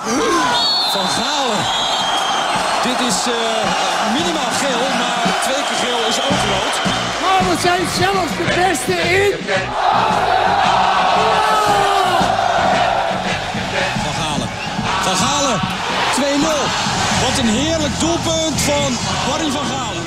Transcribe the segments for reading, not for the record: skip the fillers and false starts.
Van Galen. Dit is minimaal geel, maar 2 keer geel is ook rood. Maar we zijn zelfs de beste in. Van Galen. Van Galen. 2-0. Wat een heerlijk doelpunt van Barry van Galen.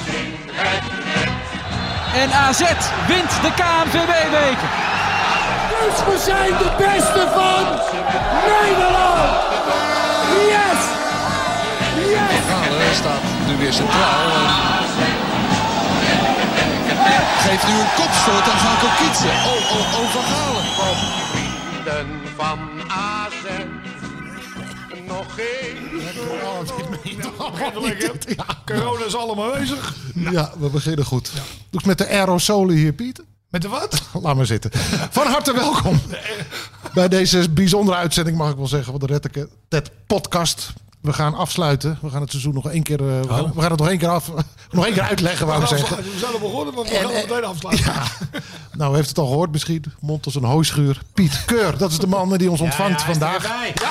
En AZ wint de KNVB-beker. Dus we zijn de beste van Nederland. Yes! Yes! Galen staat nu weer centraal. Geeft nu een kopstoot aan Van Kokitsen. Van Galen. Vrienden van AZ. Nog geen. Corona is allemaal bezig. Ja, we beginnen goed. Doe ik met de aerosolen hier, Piet? Met de wat? Laat maar zitten. Van harte welkom bij deze bijzondere uitzending, mag ik wel zeggen, van de Red Ted podcast. We gaan afsluiten. We gaan het seizoen nog één keer. We gaan het nog één keer uitleggen, wou ik zeggen. We zijn al begonnen, want we gaan het meteen afsluiten. Ja. Nou, u heeft het al gehoord misschien. Mond als een hooischuur. Piet Keur, dat is de man die ons ontvangt vandaag.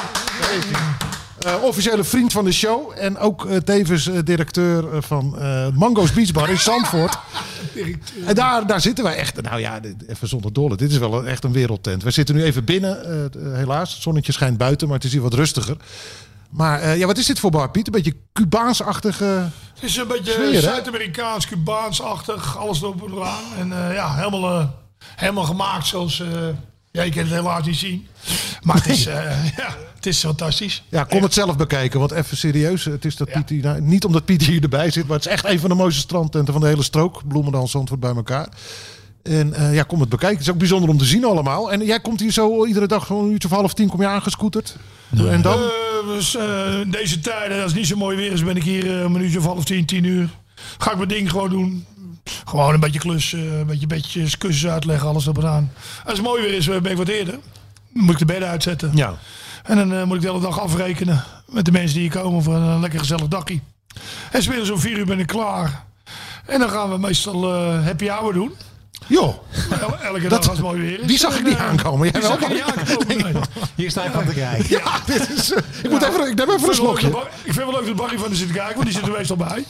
Officiële vriend van de show. En ook tevens directeur van Mango's Beach Bar in Zandvoort. En daar zitten wij echt. Nou ja, even zonder dolle. Dit is wel echt een wereldtent. We zitten nu even binnen. Helaas, het zonnetje schijnt buiten, maar het is hier wat rustiger. Maar wat is dit voor bar, Piet? Een beetje Cubaans-achtige Het is een beetje sfeer, Zuid-Amerikaans, Cubaans-achtig. Alles erop en eraan. En helemaal gemaakt zoals... je kan het helaas niet zien. Maar het is fantastisch. Ja, kom het zelf bekijken. Want even serieus. Het is dat Piet hier, niet omdat Piet hier erbij zit. Maar het is echt een van de mooiste strandtenten van de hele strook. Bloemendaal, Zandvoort bij elkaar. En kom het bekijken. Het is ook bijzonder om te zien allemaal. En jij komt hier zo iedere dag zo'n uurtje of 9:30 kom je aangescooterd. En dan? Deze tijden, als het niet zo mooi weer is, ben ik hier een minuutje of 9:30, 10:00. Ga ik mijn ding gewoon doen. Gewoon een beetje klussen, een beetje kussens uitleggen, alles erop en aan. Als het mooi weer is, ben ik wat eerder. Dan moet ik de bedden uitzetten. Ja. En dan moet ik de hele dag afrekenen met de mensen die hier komen voor een lekker gezellig dagje. En 's middags om 4:00 ben ik klaar. En dan gaan we meestal happy hour doen. Joh. Elke dag als het mooi weer is. Die zag ik niet aankomen. Jij wel? Nee. Hier sta je van te kijken. Ja, dit is... ik neem even een slokje. Ik vind wel leuk dat Barry van er zit te kijken, want die zit er meestal bij.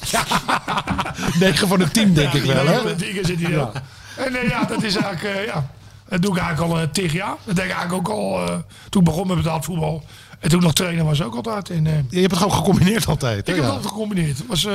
9 van de 10 denk ik wel, hè? Zit hier wel. En dat is eigenlijk... dat doe ik eigenlijk al 10 jaar. Dat deed ik eigenlijk ook al toen ik begon met betaald voetbal. En toen ik nog trainer was ook altijd. Je hebt het gewoon gecombineerd altijd. Ik heb het altijd gecombineerd.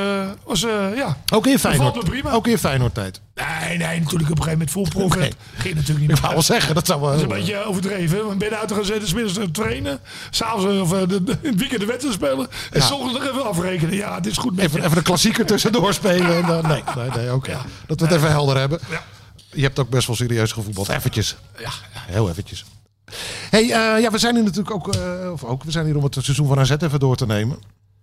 Ook in Feyenoord. Prima. Ook in Feyenoord tijd. Nee, natuurlijk op een gegeven moment vol prof. Nee. Ging natuurlijk niet meer. Ik wou wel zeggen, dat zou wel... Dat is een beetje overdreven. Om binnen uit te gaan zetten, 's middags te trainen. S'avonds of in het weekend de wedstrijd spelen. En soms nog even afrekenen. Ja, het is goed. Even de klassieker tussendoor spelen. En dan, nee, oké. Ja. Dat we het even helder hebben. Ja. Je hebt ook best wel serieus gevoetbald. Eventjes. Ja. Heel eventjes. Hey, we zijn hier natuurlijk ook... we zijn hier om het seizoen van AZ even door te nemen.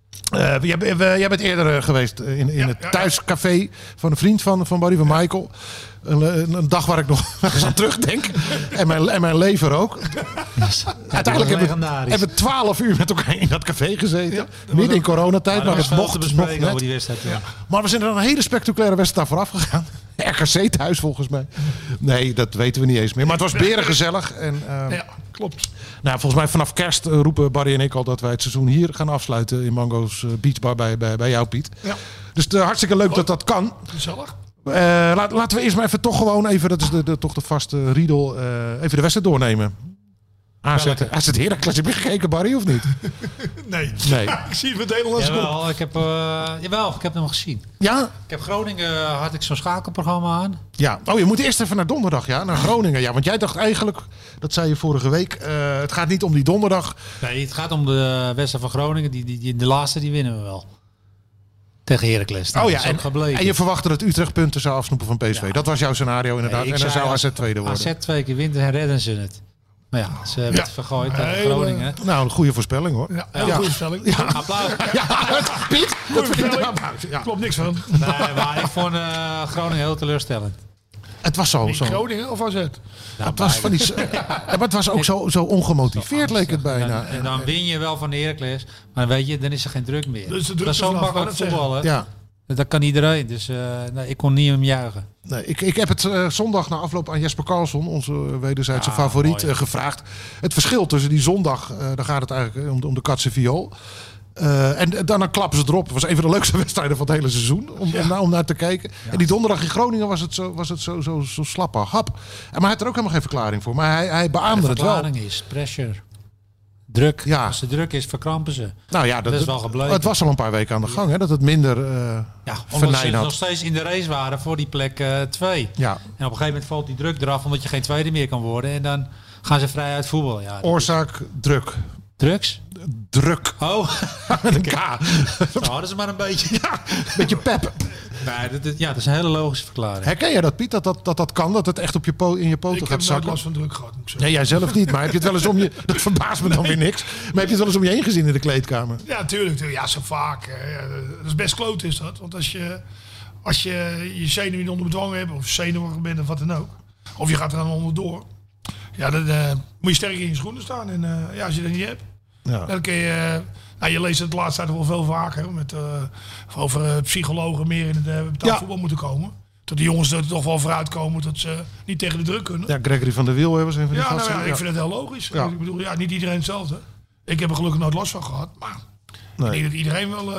Jij bent eerder geweest in het thuiscafé van een vriend van Barry, van Michael. Een dag waar ik nog eens aan terugdenk. En mijn lever ook. Uiteindelijk hebben we 12 uur met elkaar in dat café gezeten. Ja, midden in coronatijd. Maar het mocht te bespreken over die wedstrijd. Ja. Maar we zijn er een hele spectaculaire wedstrijd vooraf gegaan. RKC thuis volgens mij. Nee, dat weten we niet eens meer. Maar het was berengezellig. Ja, klopt. Nou, volgens mij vanaf kerst roepen Barry en ik al dat wij het seizoen hier gaan afsluiten in Mango's Beach Bar bij jou, Piet. Ja. Dus hartstikke leuk dat dat kan. Gezellig. Laten we eerst maar even toch gewoon even, dat is toch de vaste riedel, even de wedstrijd doornemen. AZ Heracles, heb je gekeken, Barry, of niet? Nee. Ik zie het meteen al als jawel, ik heb hem gezien. Ja? Ik heb Groningen, had ik zo'n schakelprogramma aan. Ja. Oh, je moet eerst even naar donderdag, naar Groningen. Ja, want jij dacht eigenlijk, dat zei je vorige week, het gaat niet om die donderdag. Nee, het gaat om de wedstrijd van Groningen. Die de laatste, die winnen we wel. Tegen Heracles. En je verwachtte dat Utrecht punten zou afsnoepen van PSV. Ja. Dat was jouw scenario inderdaad. En dan zou AZ tweede worden. AZ 2 keer wint en redden ze het. Maar ja, ze hebben het vergooid tegen Groningen. Nou, een goede voorspelling hoor. Ja, een goede voorspelling. Ja. Applaus. Piet, goede voorspelling. Klopt niks van. Nee, maar ik vond Groningen heel teleurstellend. Het was zo. Groningen of AZ? Nou, het was van iets, maar het was ook zo ongemotiveerd, leek het bijna. En dan win je wel van de Heracles, maar weet je, dan is er geen druk meer. Dus dat is zo makkelijk voetballen. Ja. Dat kan iedereen. Dus nee, ik kon niet hem juichen. Nee, ik heb het zondag na afloop aan Jesper Karlsson, onze wederzijdse favoriet, gevraagd. Het verschil tussen die zondag, daar gaat het eigenlijk om de Katse Viool. En dan klappen ze erop. Het was een van de leukste wedstrijden van het hele seizoen om naar te kijken. Ja. En die donderdag in Groningen was het zo slappe hap. Maar hij had er ook helemaal geen verklaring voor. Maar hij beaamde het wel. De verklaring is pressure. Druk. Ja. Als er druk is, verkrampen ze. Nou ja, dat is wel gebleken. Het was al een paar weken aan de gang, hè, dat het minder omdat ze nog steeds in de race waren voor die plek 2. Ja. En op een gegeven moment valt die druk eraf omdat je geen tweede meer kan worden. En dan gaan ze vrij uit voetbal. Ja, oorzaak, druk. Drugs? Druk. Oh. Met een K. Nou, hadden ze maar een beetje. Ja, een beetje pep. Nee, dat is een hele logische verklaring. Herken jij dat, Piet? Dat kan? Dat het echt op in je poten gaat zakken? Ik heb last van druk gehad. Nee, jij zelf niet. Maar heb je het wel eens om je... Dat verbaast me dan weer niks. Maar heb je het wel eens om je heen gezien in de kleedkamer? Ja, tuurlijk. Ja, zo vaak. Dat is best kloot is dat. Want als je zenuwen onder bedwang hebt... of zenuwig bent of wat dan ook... of je gaat er dan onderdoor... ja, dan moet je sterk in je schoenen staan. En als je dat niet hebt... Ja. Dan kun je... je leest het de laatste tijd wel veel vaker. Over psychologen meer in het betaalvoetbal moeten komen. Dat de jongens er toch wel vooruit komen dat ze niet tegen de druk kunnen. Ja, Gregory van der Wiel was een van die gasten. Ik vind het heel logisch. Ja. Ik bedoel, niet iedereen hetzelfde. Ik heb er gelukkig nooit last van gehad. Maar ik denk dat iedereen wel...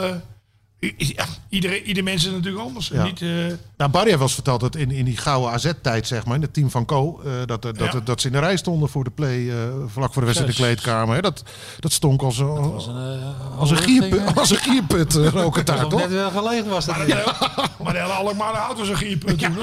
Ieder mens is natuurlijk anders. Ja. Niet, Barry heeft wel eens verteld dat in die gouden AZ-tijd, zeg maar, in het team van Co, dat ze in de rij stonden voor de play, vlak voor de wedstrijd in de kleedkamer. Hè. Dat stonk als een gierput rook het daar, toch? Net wel gelegen was dat. Maar de hele Alkmaar hout was een gierput. Nee,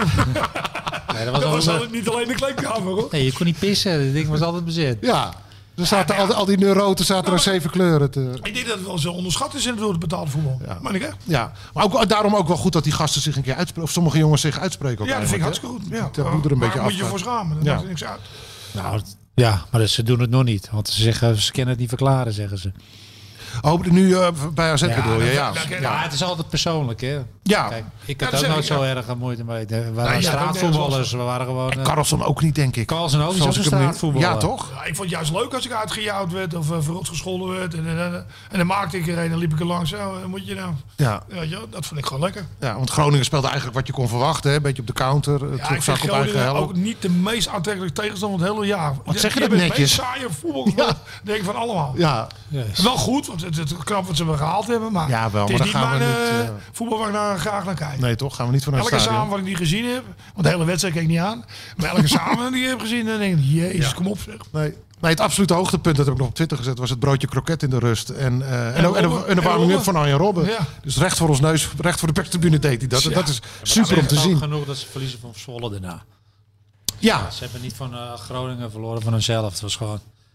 dat was niet alleen de kleedkamer, hoor. Nee, je kon niet pissen. Dat ding was altijd bezet. Ja. Er zaten al die neuroten zaten er 7 kleuren te... Ik denk dat het wel zo onderschat is in het betaalde voetbal. Ja. Maar niet echt. Ja, maar daarom ook wel goed dat die gasten zich een keer uitspreken. Of sommige jongens zich uitspreken. Ja, dat vind ik hartstikke goed. Ja. Dat moet er een beetje af. Moet je voor schamen. Dat maakt er niks uit. Nou, ja, maar ze doen het nog niet. Want ze zeggen, ze kunnen het niet verklaren, zeggen ze. Oh, nu bij AZ bedoel je? Ja, het is altijd persoonlijk, hè. Ja. Kijk, ik had ook nooit zo erg moeite mee. We waren straatvoetballers. We waren gewoon... Carlson ook niet, denk ik. Carlson ook niet, zoals een straatvoetballer. Ja, toch? Ja, ik vond het juist leuk als ik uitgejouwd werd of verrot gescholden werd. En dan maakte ik er een en liep ik er langs. Moet je nou? Ja. Dat vond ik gewoon lekker. Ja, want Groningen speelde eigenlijk wat je kon verwachten. Hè? Een beetje op de counter. Ja, ik vind Groningen ook niet de meest aantrekkelijke tegenstander van het hele jaar. Wat zeg je dat netjes? Het meest saaie voetbal, denk ik, van allemaal. Ja. Yes. Wel goed, want het is knap wat ze gehaald hebben. Maar ja, wel, het is maar niet gaan mijn we niet, voetbal waar ik naar graag naar kijk. Nee, toch? Gaan we niet vanuit elke samenvatting die ik gezien heb, want de hele wedstrijd keek ik niet aan. Maar elke samenvatting die ik heb gezien, dan denk ik, jezus, kom op zeg. Nee, het absolute hoogtepunt, dat heb ik nog op Twitter gezet, was het broodje kroket in de rust. En de warming-up van Arjen Robben. Ja. Dus recht voor ons neus, recht voor de perstribune deed hij dat. Ja. Dat is super om te zien. Genoeg dat ze verliezen van Zwolle daarna. Ja. Ze hebben niet van Groningen verloren van hunzelf. Het was gewoon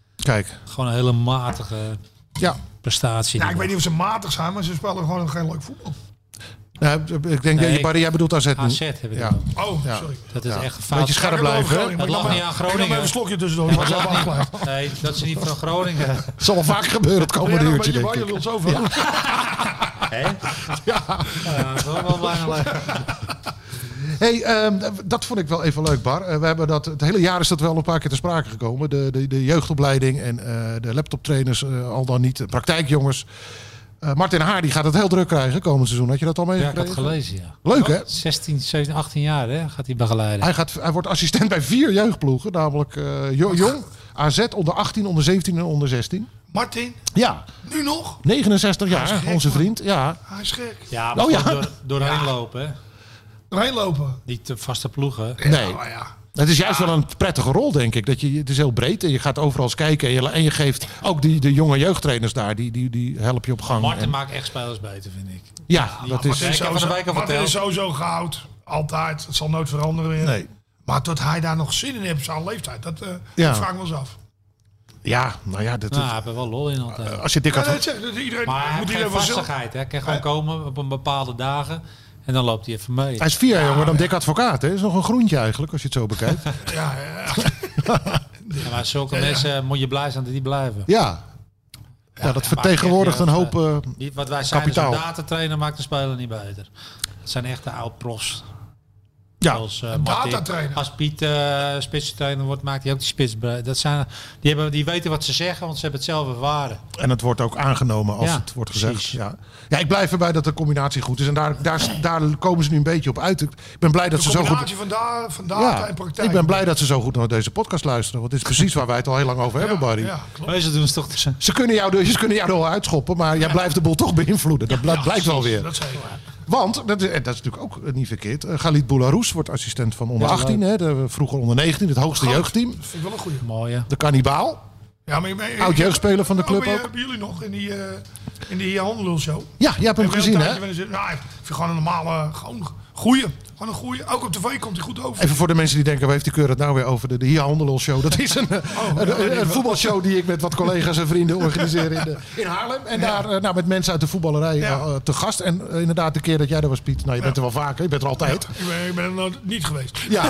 een hele matige prestatie. Ja, ik weet niet of ze matig zijn, maar ze spelen gewoon geen leuk voetbal. Nou, ik denk, Barry, jij bedoelt AZ. AZ heb ik ja. Oh, sorry. Dat is echt fout. Beetje scherp blijven. Het lag niet aan Groningen. Ik heb een slokje tussendoor. Nee, dat is niet van Groningen. Het zal wel vaak gebeuren het komende uurtje, denk ik. Je wilt zoveel. Hè? Ja. Dat is wel belangrijk. Hey, dat vond ik wel even leuk, Bar. We hebben het hele jaar is dat wel een paar keer ter sprake gekomen. De jeugdopleiding en de laptoptrainers, al dan niet. De praktijkjongens. Martin Haar die gaat het heel druk krijgen komend seizoen. Had je dat al meegekregen? Ja, ik had het gelezen, ja. Leuk, hè? 16, 17, 18 jaar, hè? Gaat hij begeleiden. Hij wordt assistent bij 4 jeugdploegen. Namelijk Jong, AZ, onder 18, onder 17 en onder 16. Martin? Ja. Nu nog? 69 jaar, gek, onze vriend. Ja. Hij is gek. Ja, maar doorheen lopen, hè? Doorheen lopen? Niet de vaste ploegen. Nee. Het is juist wel een prettige rol, denk ik. Het is heel breed en je gaat overal eens kijken. En je geeft ook de jonge jeugdtrainers daar, die help je op gang. Martin maakt echt spelers beter, vind ik. Ja, dat is... Martin is sowieso goud. Altijd. Het zal nooit veranderen weer. Nee. Maar tot hij daar nog zin in heeft op zijn leeftijd, dat vraag ik me eens af. Ja, nou ja. Hij heeft er wel lol in altijd. Als je dik had... Maar hij heeft geen vastigheid. Hij kan gewoon komen op een bepaalde dagen. En dan loopt hij even mee. Hij is 4 jaar jonger dan Dick Advocaat. Hè? Is nog een groentje eigenlijk, als je het zo bekijkt. Ja, maar zulke mensen moet je blij zijn dat die blijven. Ja, dat vertegenwoordigt een hoop wat wij zijn, kapitaal. Een datatrainer maakt de speler niet beter. Het zijn echte oud-profs. Ja, Als, datatrainer. als Piet spitstrainer wordt, maakt hij ook die spits. Die weten wat ze zeggen, want ze hebben het zelf ervaren. En het wordt ook aangenomen als het wordt gezegd. Ja, ik blijf erbij dat de combinatie goed is. En daar komen ze nu een beetje op uit. Ik ben blij dat ze zo goed... van data en praktijk. Ik ben blij dat ze zo goed naar deze podcast luisteren. Want het is precies waar wij het al heel lang over hebben, Barry. Ja, klopt. Ze doen het toch tussen. Ze kunnen jou er wel uitschoppen, maar jij blijft de boel toch beïnvloeden. Dat blijkt wel weer. Dat zeker. Want, dat is natuurlijk ook niet verkeerd. Khalid Boularus wordt assistent van onder 18. Vroeger onder 19, het hoogste jeugdteam. Dat vind ik wel een goeie. Mooi, De kannibaal. Ja, maar Oud jeugdspeler van de club ook. Hebben jullie nog in die handelulshow? Ja, je hebt hem gezien, hè? Ik vind gewoon een normale, goeie. Gewoon een goeie. Ook op tv komt hij goed over. Even voor de mensen die denken, waar heeft die keur het nou weer over? De Hier Handelul Show. Dat is een voetbalshow die ik met wat collega's en vrienden organiseer in Haarlem. En daar met mensen uit de voetballerij te gast. En inderdaad, de keer dat jij er was, Piet. Nou, je bent er wel vaker. Je bent er altijd. Ik ben er nog niet geweest. Ja,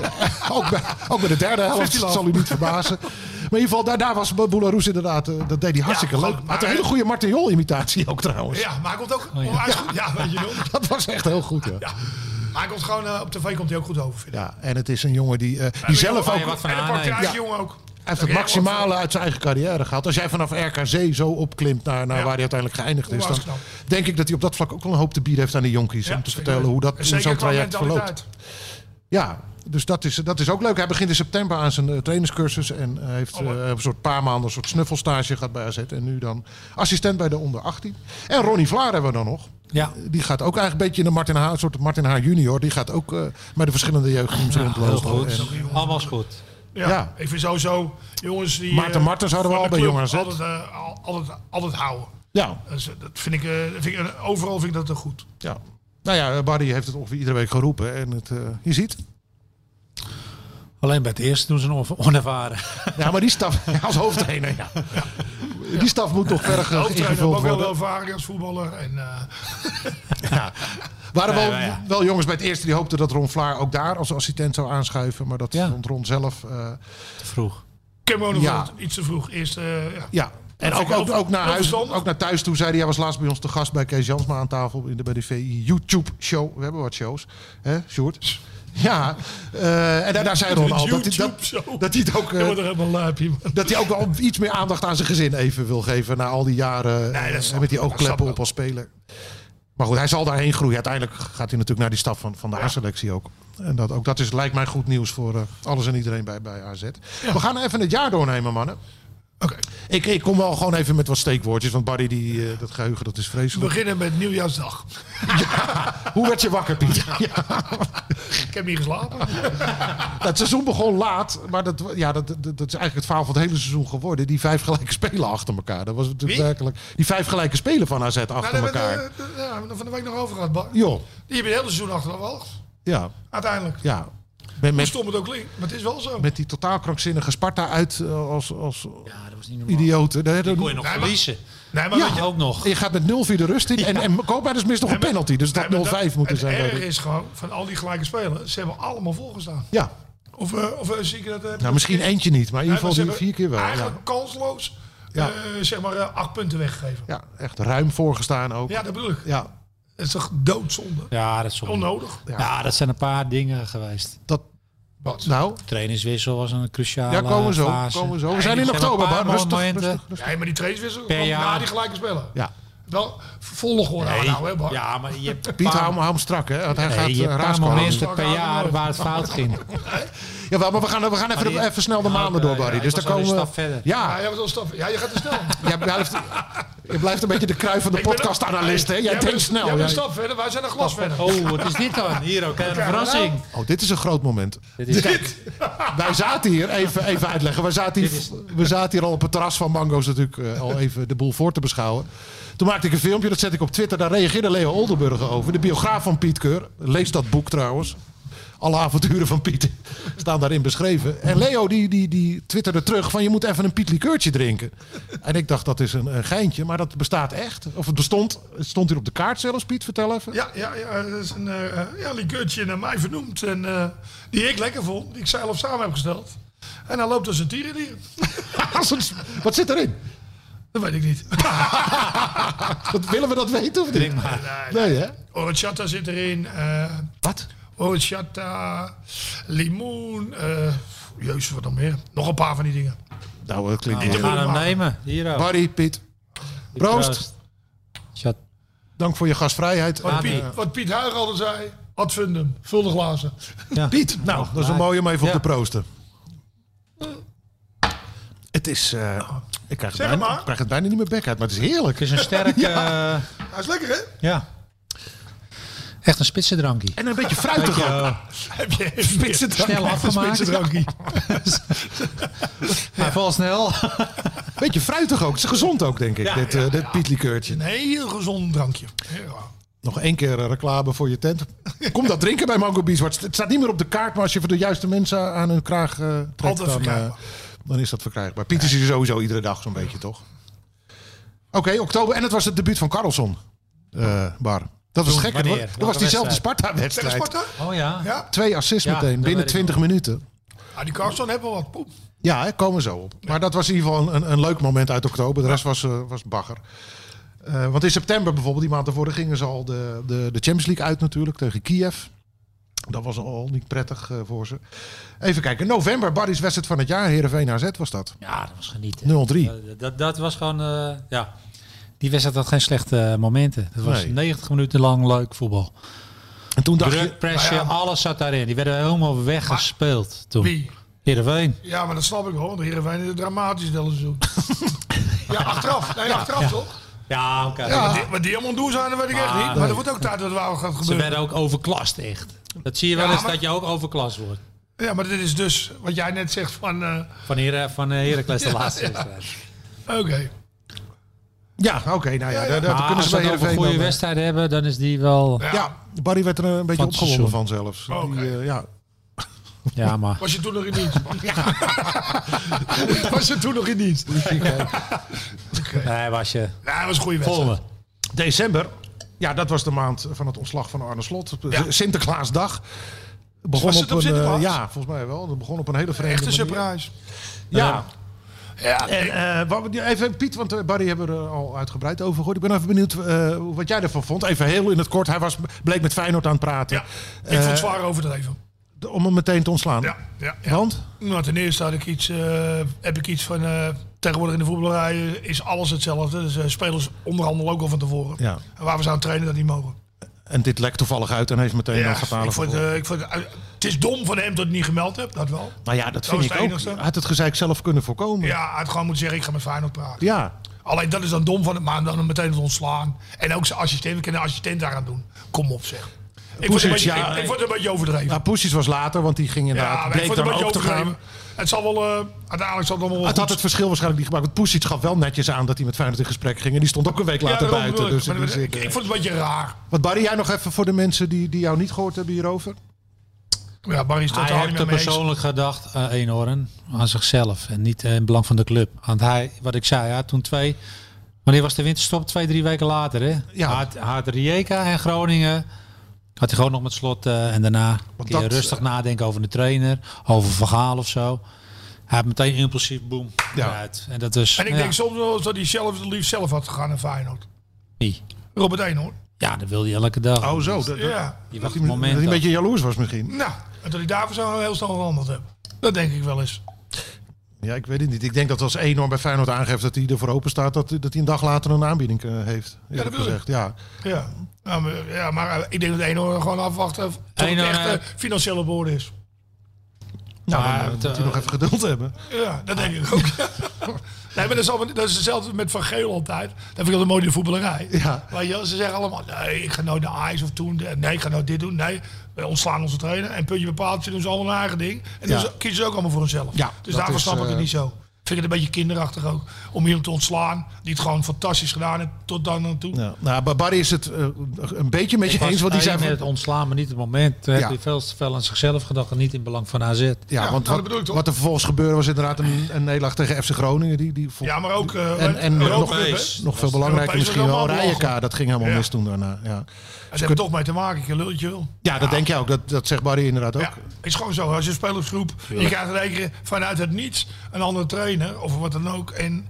ook bij de derde helft. Dat zal u niet verbazen. Maar in ieder geval, daar was Boularus inderdaad. Dat deed hij hartstikke leuk. Had een hele goede Martin Jol imitatie ook trouwens. Ja, maar hij komt ook onwijs goed. Ja, weet je nog. Dat was echt heel goed, ja. Maar hij komt gewoon op tv komt hij ook goed over. Vind ik. Ja, en het is een jongen die zelf ook... Wat van en een praktijkjongen ook. Hij heeft het maximale uit zijn eigen carrière gehaald. Als jij vanaf RKC zo opklimt naar waar hij uiteindelijk geëindigd is, dan denk ik dat hij op dat vlak ook wel een hoop te bieden heeft aan de jonkies. Om te vertellen hoe zo'n traject verloopt. Ja, dus dat is ook leuk. Hij begint in september aan zijn trainerscursus en heeft een soort paar maanden een soort snuffelstage gehad bij AZ. En nu dan assistent bij de onder 18. En Ronnie Vlaar hebben we dan nog. Ja. Die gaat ook eigenlijk een beetje in de een soort Martin Haar junior. Die gaat ook bij de verschillende jeugdteams rondlopen. Heel goed. Allemaal is goed. Ja, ik vind sowieso jongens die... Maarten Martens hadden we al bij Jong AZ. Altijd houden. Ja. Dus, dat vind ik, overal vind ik dat goed. Ja. Nou ja, Barry heeft het ongeveer iedere week geroepen. En je ziet... Alleen bij het eerste doen ze onervaren. Ja, maar die staf als hoofdtrainer, ja. Die staf moet toch verder ingevuld worden. Ook wel ervaring als voetballer. En, waren wel jongens bij het eerste die hoopten dat Ron Vlaar ook daar als assistent zou aanschuiven. Maar dat vond Ron zelf... te vroeg. Iets te vroeg. Eerst, ja. En ook naar huis, ook naar thuis toe zei hij was laatst bij ons te gast bij Kees Jansma aan tafel bij de VI YouTube show. We hebben wat shows, hè, Sjoerd? Ja, en daar zei Ron al dat hij het ook dat hij ook wel iets meer aandacht aan zijn gezin even wil geven na al die jaren met die oogkleppen op als speler. Maar goed, hij zal daarheen groeien. Uiteindelijk gaat hij natuurlijk naar die stap van de A-selectie ook. En dat is, lijkt mij goed nieuws voor alles en iedereen bij AZ. Ja. We gaan even het jaar doornemen, mannen. Okay. Ik kom wel gewoon even met wat steekwoordjes. Want Barry, dat geheugen, dat is vreselijk. We beginnen met Nieuwjaarsdag. Ja, hoe werd je wakker, Piet? Ja. Ik heb niet geslapen. Het seizoen begon laat. Maar dat is eigenlijk het verhaal van het hele seizoen geworden. Die 5 gelijke spelen achter elkaar. Dat was natuurlijk werkelijk... Die 5 gelijke spelen van AZ achter elkaar. Van de week nog over gehad, Bar. Jo. Die hebben het hele seizoen achter elkaar. Ja. Uiteindelijk. Ja. Hoe stom het ook klinkt, maar het is wel zo. Met die totaal krankzinnige Sparta uit als dat was niet normaal. idioten. Die kon je nog verliezen. Nee, maar ja, ook nog. Je gaat met 0-4 de rust in. En Koopmeiners mist nog een penalty. Dus dat 0-5 moeten zijn. Het erg is gewoon, van al die gelijke spelers, ze hebben allemaal volgestaan. Ja. Of zie ik dat... Nou, misschien eentje niet, maar in ieder geval 4 keer wel. Eigenlijk kansloos, zeg maar 8 punten weggegeven. Ja, echt ruim voorgestaan ook. Ja, dat bedoel ik. Ja. Het is toch doodzonde? Ja, dat is zonde. Onnodig. Ja, dat zijn een paar dingen geweest. Wat? Nou? Trainingswissel was een cruciale fase. We zijn in oktober, maar rustig. Ja, maar die trainingswissel per jaar na die gelijke spelen. Ja. Wel volgorde nou, hè, Bart? Ja, maar je hebt Piet, hou hem strak, hè? Want hij gaat je hebt een paar momenten per jaar waar het fout ging. Jawel, maar we gaan even snel de maanden door, Barry. Dus daar komen stap verder. Ja, je gaat te snel. Je blijft een beetje de krui van de podcast-analyst, hè? Jij denkt snel. Jij bent een stap verder, wij zijn een glas verder. Oh, wat is dit dan? Hier ook, een verrassing. Oh, dit is een groot moment. Kijk, wij zaten hier, even uitleggen. We zaten hier al op het terras van Mango's natuurlijk al even de boel voor te beschouwen. Toen maakte ik een filmpje, dat zet ik op Twitter. Daar reageerde Leo Oldenburger over. De biograaf van Piet Keur. Lees dat boek trouwens. Alle avonturen van Piet staan daarin beschreven. En Leo die twitterde terug van je moet even een Piet likeurtje drinken. En ik dacht dat is een geintje, maar dat bestaat echt. Of het bestond. Het stond hier op de kaart zelfs, Piet, vertel even. Ja, dat is een likeurtje naar mij vernoemd. En die ik lekker vond, die ik zelf samen heb gesteld. En hij loopt als een tierenlier. Wat zit erin? Dat weet ik niet. Willen we dat weten of niet? Drink maar. Nee, hè? Horchata zit erin. Wat? horchata, limoen. Jezus, wat nog meer. Nog een paar van die dingen. Nou, dat klinkt We gaan hem nemen. Hier ook. Barry, Piet. Proost. Chat. Dank voor je gastvrijheid. Wat Piet Huig altijd zei. Ad fundum. Vul de glazen. Ja. Piet, nou, dat is een mooie om even op te proosten. Het is... ik krijg het bijna niet meer bek uit, maar het is heerlijk. Het is een sterk... Hij is lekker, hè? Ja. Echt een spitsendrankje. En een beetje fruitig ook. Heb je Snel afgemaakt. Hij valt snel. Beetje fruitig ook. Het is gezond ook, denk ik, dit Pietlikeurtje. Een heel gezond drankje. Ja. Nog 1 keer reclame voor je tent. Kom dat drinken bij Mango Beach. Het staat niet meer op de kaart, maar als je voor de juiste mensen aan hun kraag trekt, dan is dat verkrijgbaar. Piet is hier sowieso iedere dag zo'n beetje, toch? Oké, oktober. En het was het debuut van Karlsson. Bar. Dat was gek. Dat was diezelfde Sparta-wedstrijd. Sparta? Oh ja. 2 assists meteen, binnen 20 minuten. Die Karlsson heeft wel wat poep. Ja, komen zo op. Maar dat was in ieder geval een leuk moment uit oktober. De rest was bagger. Want in september bijvoorbeeld, die maand daarvoor, gingen ze al de Champions League uit natuurlijk tegen Kiev. Dat was al niet prettig voor ze. Even kijken. November, Barry's wedstrijd van het jaar. Heerenveen AZ was dat. Ja, dat was genieten. 0-3. Dat was gewoon... Die wedstrijd had geen slechte momenten. Het was 90 minuten lang leuk voetbal. En toen dacht Druk, pressure, alles zat daarin. Die werden helemaal weggespeeld toen. Wie? Heerenveen. Ja, maar dat snap ik wel. Want Heerenveen is dramatisch dat seizoen. Achteraf toch? Ja, oké. Wat die allemaal doen zijn, dat weet ik echt niet. Maar er wordt ook tijd dat het wel gaat gebeuren. Ze werden ook overklast, echt. Dat zie je wel eens, dat je ook overklast wordt. Ja, maar dit is dus wat jij net zegt van... Van Heracles de laatste wedstrijd. Oké. Ja, oké. Nou ja, daar kunnen ze bij Heerenveen een goede wedstrijd hebben, dan is die wel... Ja, Barry werd er een beetje opgewonden van zelfs. Ja, maar... Was je toen nog in dienst? Was je toen nog in dienst? Nee, was je... Ja, dat was een goede wedstrijd. December, ja, dat was de maand van het ontslag van Arne Slot. Sinterklaasdag. Begon op een, ja, volgens mij wel. Dat begon op een hele vreemde manier. Echte surprise. Ja. Ja, en even Piet, want Barry hebben we er al uitgebreid over gehoord. Ik ben even benieuwd wat jij ervan vond. Even heel in het kort. Hij bleek met Feyenoord aan het praten. Ja, ik vond het zwaar overdreven. Om hem meteen te ontslaan. Ja. Want? Nou, ten eerste heb ik iets van... tegenwoordig in de voetballerij is alles hetzelfde. Dus spelers onderhandelen ook al van tevoren. Ja. En waar we zouden trainen dat niet mogen. En dit lekt toevallig uit en heeft meteen een fatale het is dom van hem dat hij het niet gemeld hebt, dat wel. Nou ja, dat vind ik ook. Hij had het gezeik zelf kunnen voorkomen. Ja, hij had gewoon moeten zeggen, ik ga met Feyenoord praten. Ja. Alleen dat is dan dom van het, maar dan meteen het ontslaan. En ook zijn assistent, we kunnen een assistent daar gaan doen. Kom op zeg. Ik vond het een beetje overdreven. Nou, Pusic was later, want die ging inderdaad bleek dan ook te gaan. Het zal wel, uiteindelijk zal het allemaal wel Het had het verschil waarschijnlijk niet gemaakt. Want Pusic gaf wel netjes aan dat hij met Feyenoord in gesprek ging. En die stond ook een week later buiten. Dus ik vond het een beetje raar. Wat Barry, jij nog even voor de mensen die jou niet gehoord hebben hierover? Ja, Barry is totaal hij heeft persoonlijk gedacht, Eenhoorn, aan zichzelf. En niet in belang van de club. Want hij, wat ik zei, toen wanneer was de winterstop? 2-3 weken later. Hè? Ja. Had Rijeka en Groningen... Had hij gewoon nog met Slot en daarna rustig nadenken over de trainer, over Van of zo. Hij had meteen impulsief boem eruit. En dat is. En ik denk soms wel dat hij liefst zelf had gegaan naar Feyenoord. Wie? Robert Eenhoorn. Ja, dat wilde hij elke dag. Oh zo. Die wacht een moment. Dat hij een beetje jaloers was misschien. Nou, en dat hij daarvoor zo heel snel veranderd heeft. Dat denk ik wel eens. Ja, ik weet het niet. Ik denk dat als Eenhoorn bij Feyenoord aangeeft dat hij ervoor open staat, dat hij een dag later een aanbieding heeft. Ja, dat gezegd. Ja. Maar ik denk dat Eenhoorn gewoon afwachten tot het echt financiële boord is. Nou, dan moet hij nog even geduld hebben. Ja, dat denk ik ook. Nee, maar dat is hetzelfde met Van Geel altijd. Dat vind ik altijd mooi in de voetballerij. Ja. Ze zeggen allemaal, nee, ik ga nooit naar Ajax of toen. Nee, ik ga nooit dit doen. Nee, wij ontslaan onze trainer. En puntje bepaald, ze doen ze allemaal hun eigen ding. En dus kiezen ze ook allemaal voor hunzelf. Ja, dus daarvoor snap ik het niet zo. Vind ik het een beetje kinderachtig ook. Om iemand te ontslaan. Die het gewoon fantastisch gedaan heeft. Tot dan naartoe. Ja. Nou, Barry is het een beetje met je eens. Wat hij zei met het ontslaan, maar niet het moment. Toen heeft hij veel te veel aan zichzelf gedacht. En niet in belang van AZ. Ja, want wat er vervolgens gebeurde was inderdaad een nederlaag tegen FC Groningen. Ja, maar ook... nog veel belangrijker misschien wel Rijeka. Dat ging helemaal mis toen daarna. Ja. Ze hebben toch mee te maken, je lulletje wil. Ja, dat denk je ook. Dat zegt Barry inderdaad ook. Ja, het is gewoon zo. Als je een spelersgroep, je krijgt in één keer vanuit het niets een andere trainer of wat dan ook. En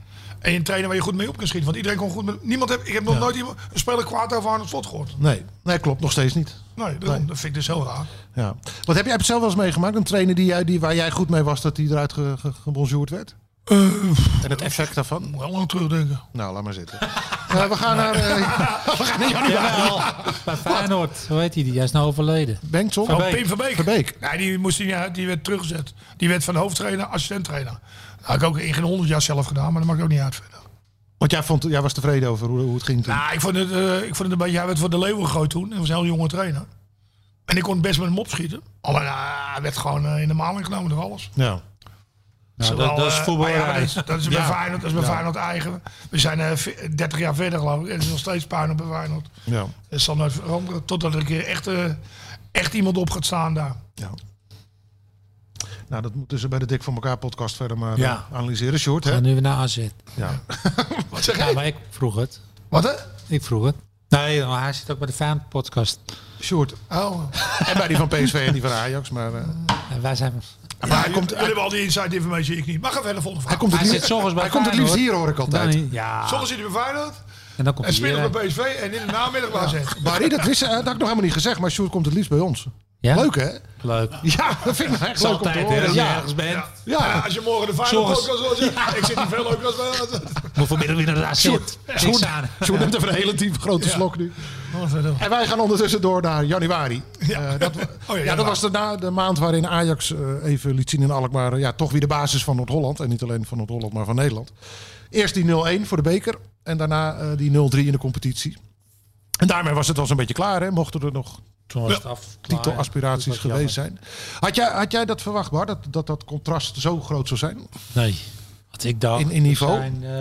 En een trainer waar je goed mee op kan schieten. Want iedereen kon goed met... Ik heb nog nooit een speler kwaad over Arne Slot gehoord. Nee, klopt. Nog steeds niet. Nee, dat vind ik dus heel raar. Ja. Wat heb jij zelf wel eens meegemaakt? Een trainer waar jij goed mee was, dat die eruit gebonjourd werd? En het effect daarvan? Wel lang terugdenken. Nou, laat maar zitten. We gaan naar januari. Bij Feyenoord. Hoe heet die? Hij is nou overleden. Bengtson? Pim Verbeek. Nee, die moest niet uit. Die werd teruggezet. Die werd van hoofdtrainer, assistent-trainer. Dat had ik ook in geen 100 jaar zelf gedaan, maar dat maakt ook niet uit verder. Want jij was tevreden over hoe het ging toen? Nou, ik vond het een beetje... Hij werd voor de Leeuwen gegooid toen. Hij was een heel jonge trainer. En ik kon best met hem opschieten. Alleen hij werd gewoon in de maling genomen door alles. Ja. Nou, dat is voetbal. Dat is bij Feyenoord, dat is bij Feyenoord eigen. We zijn 30 jaar verder, geloof ik. En het is nog steeds puinhoop bij Feyenoord. Ja. Het zal nooit veranderen totdat er een keer echt iemand op gaat staan daar. Ja. Nou, dat moeten ze bij de Dik voor elkaar podcast verder maar analyseren. Sjoerd, hè? Gaan nu weer naar AZ. Ja. Wat zeg Ja, jij? maar ik vroeg het. Wat hè? Ik vroeg het. Nee, maar hij zit ook bij de Feyenoord podcast. Sjoerd. Oh. En bij die van PSV en die van Ajax. Maar, En wij zijn... Maar jullie hebben al die inside informatie, ik niet. Maar ga verder, volgende vraag. Hij zit 's ochtends bij hij komt het liefst hier, hoor ik altijd. Dan, ja. Soms zit hij bij Feyenoord. En dan komt En hij speelt hier. bij PSV. En in de namiddag bij AZ. Barry, dat had ik nog helemaal niet gezegd. Maar Sjoerd komt het liefst bij ons. Ja? Leuk, hè? Leuk. Ja, dat vind ik echt leuk om te Altijd, horen. hè, als je Ja. ergens bent. Ja. En als je morgen de Feyenoord Zorgens. podcast wil zeggen. Ik zit niet veel leuker als bij AZ. Moet vanmiddag weer naar de AZ. Sjoerd neemt even een hele diepe grote slok nu. En wij gaan ondertussen door naar januari. Dat was de maand waarin Ajax even liet zien in Alkmaar. Toch weer de basis van Noord-Holland. En niet alleen van Noord-Holland, maar van Nederland. Eerst die 0-1 voor de beker. En daarna die 0-3 in de competitie. En daarmee was het wel zo'n beetje klaar. Hè? Mochten er nog titelaspiraties geweest zijn. Had jij dat verwacht, Bar? Dat contrast zo groot zou zijn? Nee. Wat ik dacht. In niveau?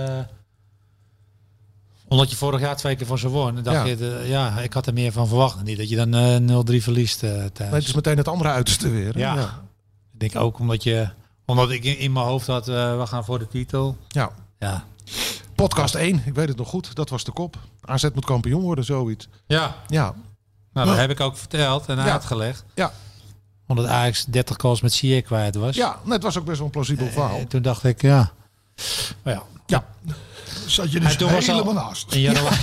Omdat je vorig jaar 2 keer van ze won. Dacht je, ik had er meer van verwacht. Niet dat je dan 0-3 verliest thuis. Nee, het is meteen het andere uiterste weer. Hè? Ja. Ik denk ook omdat ik in mijn hoofd had, we gaan voor de titel. Ja. Podcast 1, ik weet het nog goed. Dat was de kop. AZ moet kampioen worden, zoiets. Ja. Nou, dat heb ik ook verteld en uitgelegd. Ja. Omdat Ajax 30 goals met Ziyech kwijt was. Ja, het was ook best wel een plausibel verhaal. En toen dacht ik, ja. Zat je dus helemaal naast. In januari.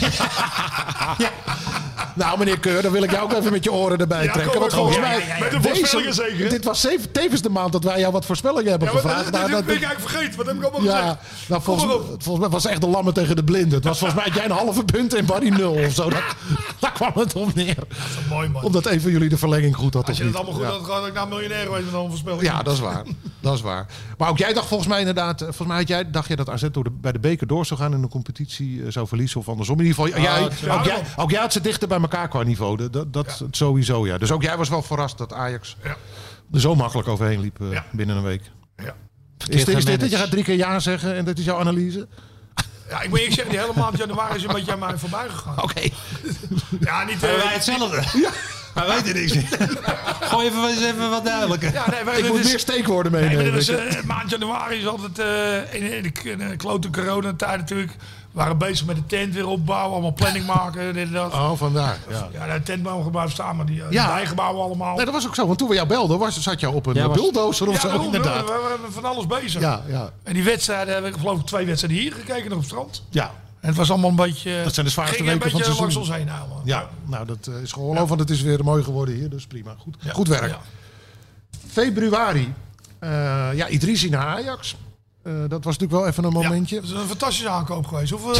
Nou, meneer Keur, dan wil ik jou ook even met je oren erbij trekken. Want volgens mij, met de voorspellingen zeker. dit was tevens de maand dat wij jou wat voorspellingen hebben gevraagd. Dat ben ik eigenlijk vergeten. Wat heb ik allemaal gezegd? Nou, volgens mij was het echt de lammen tegen de blinden. Het was volgens mij jij een halve punt en Barry 0 of zo. Daar kwam het om neer. Dat is mooi, man. Omdat even jullie de verlenging goed had. Als je het allemaal goed had, had ik nou miljonair geweest met een voorspelling. Ja, dat is waar. Dat is waar. Maar ook jij dacht volgens mij inderdaad... Volgens mij dacht jij dat AZ bij de beker door zou gaan en de competitie zou verliezen of andersom. In ieder geval, ook jij had ze dichter bij elkaar qua niveau. Dat sowieso, ja. Dus ook jij was wel verrast dat Ajax er zo makkelijk overheen liep binnen een week. Ja. Is dit dat je gaat 3 keer ja zeggen en dat is jouw analyse? Ja, ik moet eerlijk zeggen, die hele maand januari is een beetje aan mij voorbij gegaan. Oké. Ja, niet... wij hetzelfde. Ja. Hij weet er niks. Gooi even wat duidelijker. Ja, nee, ik moet meer steekwoorden meenemen. Maand januari is altijd in de klote coronatijd natuurlijk. We waren bezig met de tent weer opbouwen, allemaal planning maken. Dit en dat. Oh, vandaar. Ja, de tentbouwgebouw staan, maar die bijgebouwen allemaal. Nee, dat was ook zo. Want toen we jou belden, zat jou op een bulldozer of zo. Inderdaad. We hebben van alles bezig. Ja. En die wedstrijden, hebben we geloof ik 2 wedstrijden hier gekeken nog op het strand. Ja. En het was allemaal een beetje... Dat zijn de zwaarste weken van het seizoen. Langs ons heen houden. Ja, nou dat is gewoon want het is weer mooi geworden hier. Dus prima. Goed werk. Ja. Februari. Idrissi naar Ajax. Dat was natuurlijk wel even een momentje. Dat is een fantastische aankoop geweest. Hoeveel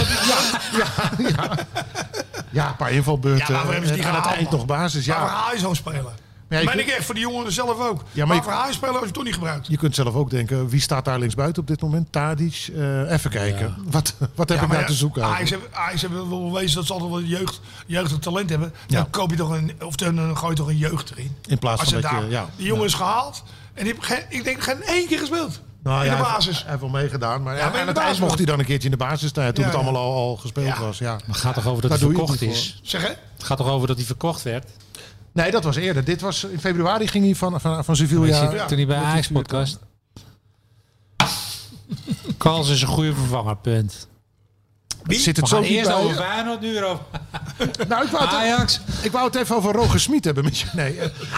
Ja, een paar invalbeurten. Ja, hebben ze die aan het eind nog basis. Maar waar haal je zo'n speler? Dat meen ik echt voor die jongen zelf ook. Ja, maar voor haal je speler als je toch niet gebruikt? Je kunt zelf ook denken, wie staat daar linksbuiten op dit moment? Tadic. Even kijken. Wat heb ik daar te zoeken? Ajax hebben wel wezen dat ze altijd wel jeugdig talent hebben. Dan koop je toch dan gooi je toch een jeugd erin. In plaats van dat je... Die jongen is gehaald. En die heeft ik denk geen 1 keer gespeeld. Nou, in de basis. Hij heeft wel meegedaan. Maar aan het eind mocht hij dan een keertje in de basis staan. Toen het allemaal al gespeeld was. Ja. Maar het gaat toch over dat hij verkocht is? Zeg hè? Het gaat toch over dat hij verkocht werd? Nee, dat was eerder. Dit was in februari ging hij van Sevilla. Toen hij bij Ajax podcast. Kals is een goede vervanger, punt. Zit het We zo gaan niet eerst bij over je? Feyenoord, nu over Nou, ik wou het even over Roger Smit hebben met je. Nee,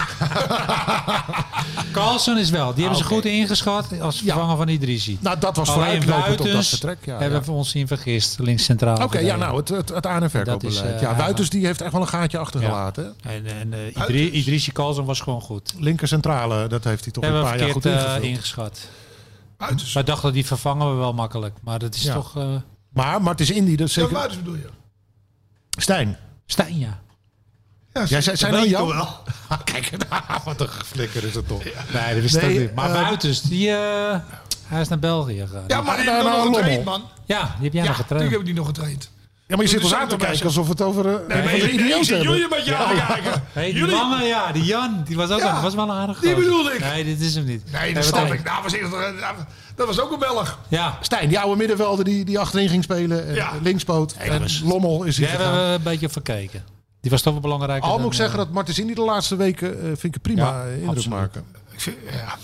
Carlsen is wel. Die hebben ze goed ingeschat als vervanger van Idrissi. nou, dat was Alleen vooruitlopend op dat Wuitens vertrek. Ja, hebben we ons zien vergist. Links centraal. Oké, ja, nou, het aan- en verkoopbeleid. Ja, Wuitens die heeft echt wel een gaatje achtergelaten. hè? En Idrissi Carlsen was gewoon goed. Linker centrale, dat heeft hij toch Hebben een we paar jaar goed verkeerd ingevuld. ingeschat. Buitens. Wij dachten die vervangen we wel makkelijk. Maar dat is Ja. toch... Maar Martens Indy, dat is Welke zeker... buitens bedoel je? Stijn. Stijn, ja. Ja, Jij zijn dat nou weet ik Jan? toch wel. Kijk, wat een flikker is het toch. Nee, dat wist ik niet. Maar Buitens, hij is naar België gegaan. Ja, maar die Nou, heb ik nou, nog Lommel. getraind, man. Ja, die heb jij Ja, nog natuurlijk getraind. heb ik die nog getraind. Ja, maar je zit Dus ons aan te erbij kijken alsof het over Nee, maar een ik idioot zit jullie hebben. een beetje aan te kijken. Hey, die Jullie- lange, ja, die Jan, die was ook Ja, was wel een aardige die gozer. bedoelde ik. Nee, dit is hem niet. Nee, dat snap ik. Nou, dat was ook een Belg. Ja, Stijn, die oude middenvelder die achterin ging spelen. En Ja. linkspoot. En Lommel is die hier hebben gegaan. we een beetje verkeken. Die was toch wel belangrijk. Al moet ik zeggen dat Martens Indy de laatste weken vind ik een prima Ja, indruk absoluut. maken. Ik vind, ja.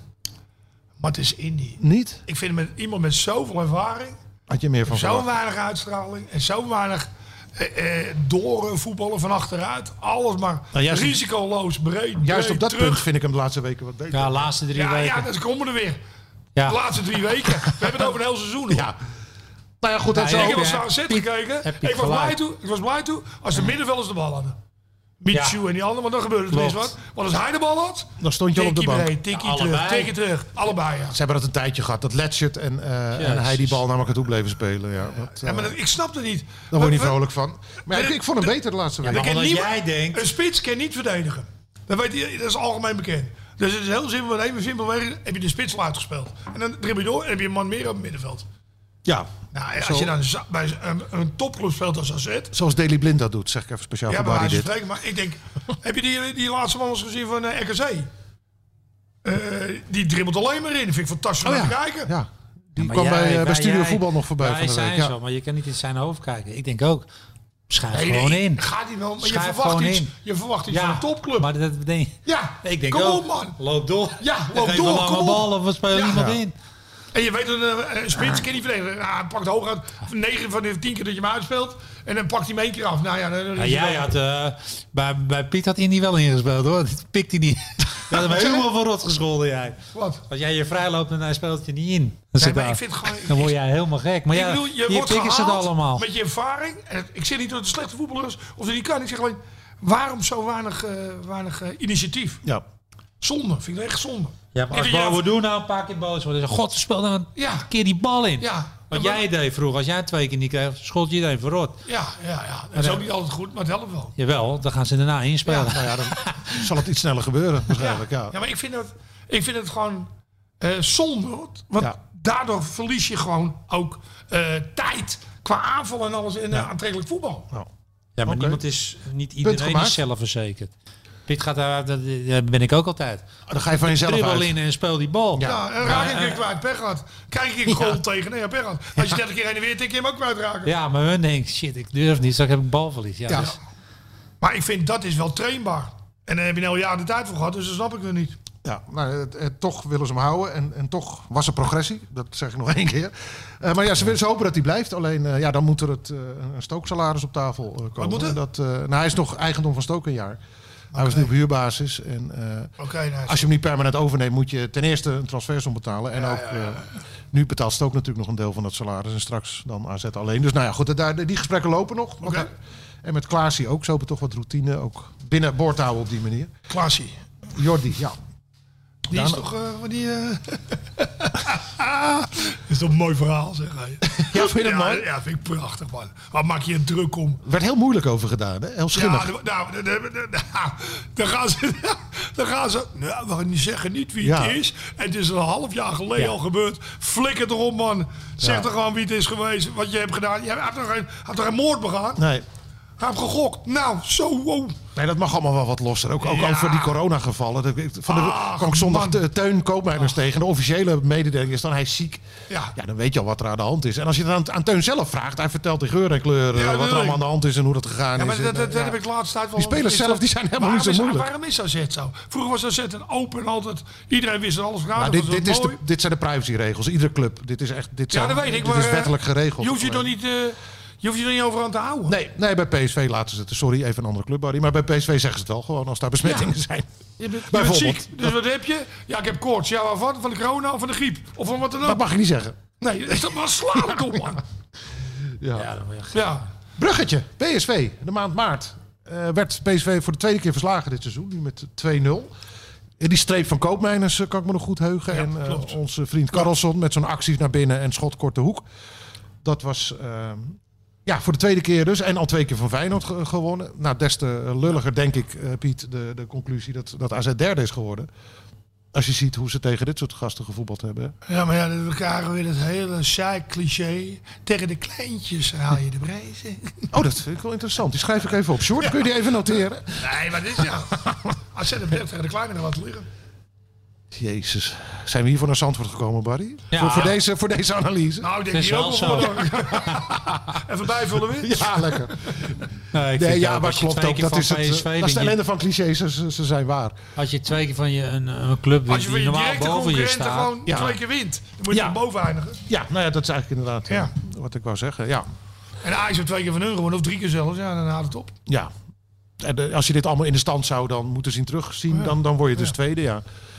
Maar het is Indy. Niet? Ik vind hem iemand met zoveel ervaring, Had je meer van zo verwacht? weinig uitstraling en zo weinig doorvoetballen van achteruit. Alles maar Nou, juist- risicoloos, breed. Juist op dat terug. punt vind ik hem de laatste weken wat beter. Ja, laatste 3 Ja, weken. ja, dat komen er weer. Ja. De laatste 3 weken. We hebben het over een heel seizoen. hoor. Ja. Nou ja, goed, dat Nou, zo. Ik heb Ja, al naar AZ gekeken. heb je Ik was, gelijk. blij toe als de middenvelders de bal hadden. Michu en die anderen, want dan gebeurde er eens Klopt. wat. Want als hij de bal had, Dan stond je al op de tikkie bank. breed, tikkie Ja, terug, allebei. tikkie terug. Allebei, ja. Ze hebben dat een tijdje gehad. Dat Letchert en hij die bal naar elkaar toe bleven spelen. Ja, dat, Ja, maar ik snap het niet. daar word je niet vrolijk van. Maar ja, de- ik vond hem beter de laatste Ja, week. dat kan omdat niemand- jij denkt- Een spits kan niet verdedigen. Dat, weet je, dat is algemeen bekend. Dus het is heel simpel. Met even simpelweg heb je de spits al uitgespeeld. En dan dribbel je door en heb je een man meer op het middenveld. Ja, Nou, ja, Zo. als je dan bij een topclub speelt als AZ. zoals Daley Blind dat doet, zeg ik even speciaal Ja, voor bij Barry wijze van dit. spreken. Maar ik denk, heb je die laatste man eens gezien van RKC? Die dribbelt alleen maar in. Dat vind ik fantastisch om Oh naar te ja, kijken. ja. Die Maar kwam jij- bij Studio jij- Voetbal nog voorbij Wij van de zijn week. Ja. zo, maar je kan niet in zijn hoofd kijken. Ik denk ook, schrijf Nee, gewoon nee, in. Gaat hij wel, maar je Schrijf verwacht, gewoon iets, in. je verwacht iets van een topclub. Maar dat denk Ja, ik denk kom ook. op, man. Loop door. Ja, loop Geef door, een lange kom op. bal of we spelen Ja. iemand Ja. in. En je weet dat een spits kan niet verdedigen. Nou, hij pakt hooguit 9 van de 10 keer dat je hem uitspeelt. En dan pakt hij hem 1 keer af. Nou ja, dan Ja, is jij hij wel- had, bij Piet had Indy wel ingespeeld hoor. Dat pikt hij niet. Je had hem helemaal voor rot gescholden jij. Wat? Als jij je vrij loopt en hij speelt je niet in. Dan, Nee, maar ik vind gewoon... dan word jij helemaal gek. Maar Ik ja, bedoel, je hier wordt pikken ze het gehaald allemaal. met je ervaring. En ik zeg niet dat het een slechte voetballer is. Of dat hij kan. Ik zeg alleen, waarom zo weinig initiatief? Ja. Zonde. Vind ik echt zonde. Ja, maar als Ieder jaar- Boadu nou een paar keer boos wordt en zegt, god, speel nou een Ja. keer die bal in. Ja. Wat Ja, maar- jij deed vroeger, als jij 2 keer niet kreeg, schold je iedereen voor rot. Ja. Dat is ook niet altijd goed, maar het helpt wel. Jawel, dan gaan ze daarna inspelen. Nou ja, dan zal het iets sneller gebeuren waarschijnlijk. Ja. Ja, maar ik vind het gewoon zonde. Want Ja. daardoor verlies je gewoon ook tijd qua aanval en alles in aantrekkelijk voetbal. Nou, Ja, maar Oké. niemand is, niet iedereen gemaakt. is zelfverzekerd. Piet gaat daar, dat ben ik ook altijd. dan ga je van jezelf Dribbel uit. in en speel die bal. Ja, en raak ik een keer kwijt, pech gehad. Krijg ik een goal tegen, nee, pech gehad. Als je 30 keer heen en weer tik je hem ook kwijtraken. Ja, maar hun denken, shit, ik durf niet, straks heb ik balverlies. Ja, Ja. dus- Maar ik vind dat is wel trainbaar. En daar heb je een heel jaar de tijd voor gehad, dus dat snap ik weer niet. Ja, nou, toch willen ze hem houden en toch was er progressie. Dat zeg ik nog één keer. Maar ja, ze hopen dat hij blijft. Alleen ja, dan moet er een Stooksalaris op tafel komen. moet er? En dat, nou, hij is nog eigendom van Stoke een jaar. Hij was nu op huurbasis. En, Oké, nice. als je hem niet permanent overneemt, moet je ten eerste een transfersom betalen. En ook nu betaalt Stoke natuurlijk nog een deel van dat salaris. En straks dan AZ alleen. Dus nou ja, goed, die gesprekken lopen nog. Oké. En met Klaasie ook. Ze hopen toch wat routine ook binnen boord te houden op die manier. Klaasie. Jordi, ja. Die is toch van die... is toch een mooi verhaal, zeg hij. Ja, vind je dat mooi? Ja, vind ik prachtig, man. Waar maak je een druk om? Er werd heel moeilijk over gedaan, hè? Heel schimmig. Ja, dan gaan ze... Nou, we gaan niet zeggen niet wie Ja. het is. En het is een half jaar geleden al gebeurd. Flikker erop, man. Zeg toch gewoon wie het is geweest. Wat je hebt gedaan. Je hebt toch geen moord begaan? Nee. Hij heeft gegokt. Nou, zo, wow. Nee, dat mag allemaal wel wat losser. Ook Ja. over die coronagevallen. Van de Ach, kwam ik zondag man. Teun Koopmeiners tegen. De officiële mededeling is dan hij is ziek. Ja. Ja, dan weet je al wat er aan de hand is. En als je het aan Teun zelf vraagt, hij vertelt in geur en kleur Ja, wat er natuurlijk. allemaal aan de hand is en hoe dat gegaan Ja, maar is. dat En, heb ik de laatste tijd wel... Die spelers zelf, die zijn helemaal niet zo moeilijk. Waarom is AZ zo? Vroeger was AZ een open en altijd... Iedereen wist er alles van. Maar Dat was dit mooi. zijn de privacyregels. Iedere club. Dit is echt. Ja, dat weet ik. Dit Maar, is wettelijk geregeld. Je hoeft je toch niet... Je hoeft je er niet over aan te houden. Nee, bij PSV laten ze het. Sorry, even een andere club, Barry. Maar bij PSV zeggen ze het wel gewoon als daar besmettingen zijn. Je bent ziek. Dus wat heb je? Ja, ik heb koorts. Ja, waarvan? Van de corona of van de griep? Of van wat dan ook? Dat mag je niet zeggen. Nee, dat was slaan op, man. Ja. Bruggetje, PSV, de maand maart. Werd PSV voor de tweede keer verslagen dit seizoen. Nu met 2-0. In die streep van Koopmeiners kan ik me nog goed heugen. En onze vriend Karlsson met zo'n actie naar binnen en schot korte hoek. Dat was voor de tweede keer dus. En al 2 keer van Feyenoord gewonnen. Nou, des te lulliger denk ik, Piet, de conclusie dat AZ derde is geworden. Als je ziet hoe ze tegen dit soort gasten gevoetbald hebben. Ja, maar we krijgen weer dat hele saai cliché. Tegen de kleintjes haal je de prijzen. Oh, dat vind ik wel interessant. Die schrijf ik even op. Sjoerd, kun je die even noteren? Nee, maar dit is als ze het tegen de kleine laten liggen. Jezus. Zijn we hiervoor naar Zandvoort gekomen, Barry? Ja. Voor deze analyse? Nou, ik denk hier ook zo. Even bijvullen weer. Ja, lekker. Maar klopt ook. Dat is het ellende van clichés. Ze zijn waar. Als je 2 keer van een club wint die normaal boven je staat. Gewoon 2 keer wint. Dan moet je boven eindigen. Ja, nou ja, dat is eigenlijk inderdaad wat ik wou zeggen. Ja. En Ajax heeft 2 keer van hun gewonnen, of 3 keer zelfs. Ja, dan houdt het op. Ja. En als je dit allemaal in de stand zou dan moeten zien terugzien, dan word je dus tweede, ja.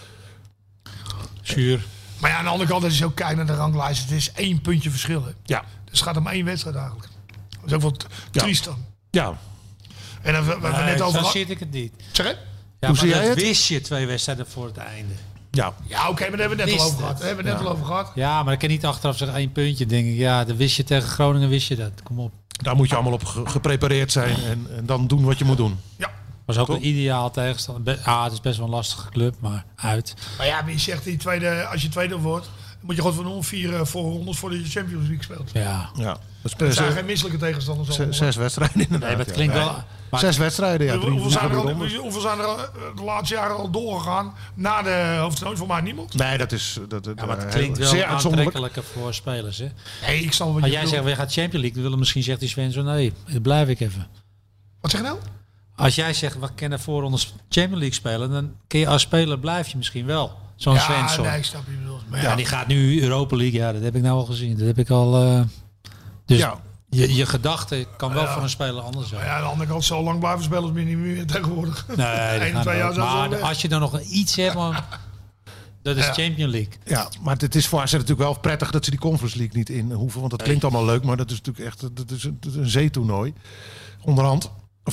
Zuur. Maar ja, aan de andere kant, als je zo kijkt naar de ranglijst, het is 1 puntje verschil. Hè. Ja. Dus het gaat om 1 wedstrijd eigenlijk. Dat is ook wel triest dan. Ja. En dan we net over. Zo zit ik het niet. Zeg je? Ja, hoe zie jij het? Wist je 2 wedstrijden voor het einde. Ja. Ja, oké, maar daar hebben we het net al over gehad. Ja, maar ik kan niet achteraf zeggen 1 puntje. Denk ik, ja, dan wist je tegen Groningen, wist je dat. Kom op. Daar moet je allemaal op geprepareerd zijn en dan doen wat je moet doen. Ja. Was ook een ideaal tegenstander. Het is best wel een lastige club, maar uit. Maar ja, wie zegt als je tweede wordt, dan moet je gewoon van 4 voorrondes voordat je Champions League speelt. Ja. Dat zijn geen misselijke tegenstanders. 6 wedstrijden inderdaad. Nee, dat klinkt wel. Maar 6 wedstrijden, ja. Hoeveel zijn er de laatste jaren al doorgegaan na de hoofdtoernooi? Voor mij niemand. Nee, dat is maar het klinkt wel zeer aantrekkelijker voor spelers. Hè? Nee, ik snap wat als je jij zegt, we gaan Champions League, dan willen misschien zegt die Sven zo, nee, dan blijf ik even. Wat zeg je nou? Als jij zegt, we kunnen voorrondes Champions League spelen, dan kun je als speler blijf je misschien wel. Zo'n Svensson. Ja, nee, ik snap je bedoelt. Maar ja, die gaat nu Europa League. Ja, dat heb ik nou al gezien. Dat heb ik al. Dus je gedachte kan wel voor een speler anders zijn. Ja, aan de andere kant zo lang blijven spelen als niet meer tegenwoordig. Nee, 1 of 2 jaar maar als je dan nog iets hebt, man, dat is Champions League. Ja, maar het is voor AZ natuurlijk wel prettig dat ze die Conference League niet in hoeven. Want dat klinkt allemaal leuk, maar dat is natuurlijk echt dat is een zeetoernooi. Onderhand,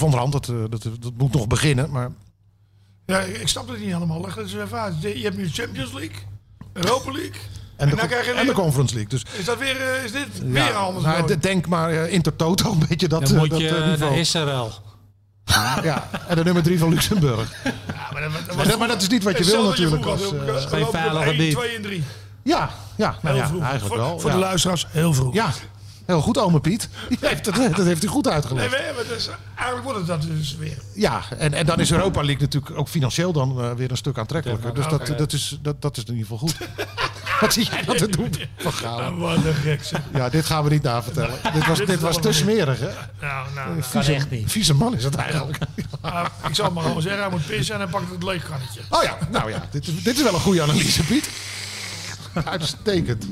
dat moet nog beginnen, maar... Ja, ik snap het niet helemaal. Leg het eens even uit. Je hebt nu Champions League, Europa League... En de Conference League. Dus, is dit weer anders? Nou, denk maar Intertoto een beetje dat dan moet je niveau. Naar Israël. Ja, en de nummer 3 van Luxemburg. Ja, maar dat is niet wat je wil natuurlijk. Geen veilige gebied. 1, 2 en 3. Ja, eigenlijk wel. Voor de luisteraars heel vroeg. Ja, heel goed, ome Piet. Dat heeft hij goed uitgelegd. Nee, maar eigenlijk wordt het dat dus weer. Ja, en dan is Europa League natuurlijk ook financieel dan weer een stuk aantrekkelijker. Dus dat is in ieder geval goed. Wat zie jij dat te doen? Wat een gek zeg. Ja, dit gaan we niet navertellen. Dit was te smerig, hè? Nou. Vieze man is het eigenlijk. Ik zal het maar gewoon zeggen, hij moet pissen en hij pakt het leegkannetje. Oh ja, nou ja, dit is wel een goede analyse, Piet. Uitstekend.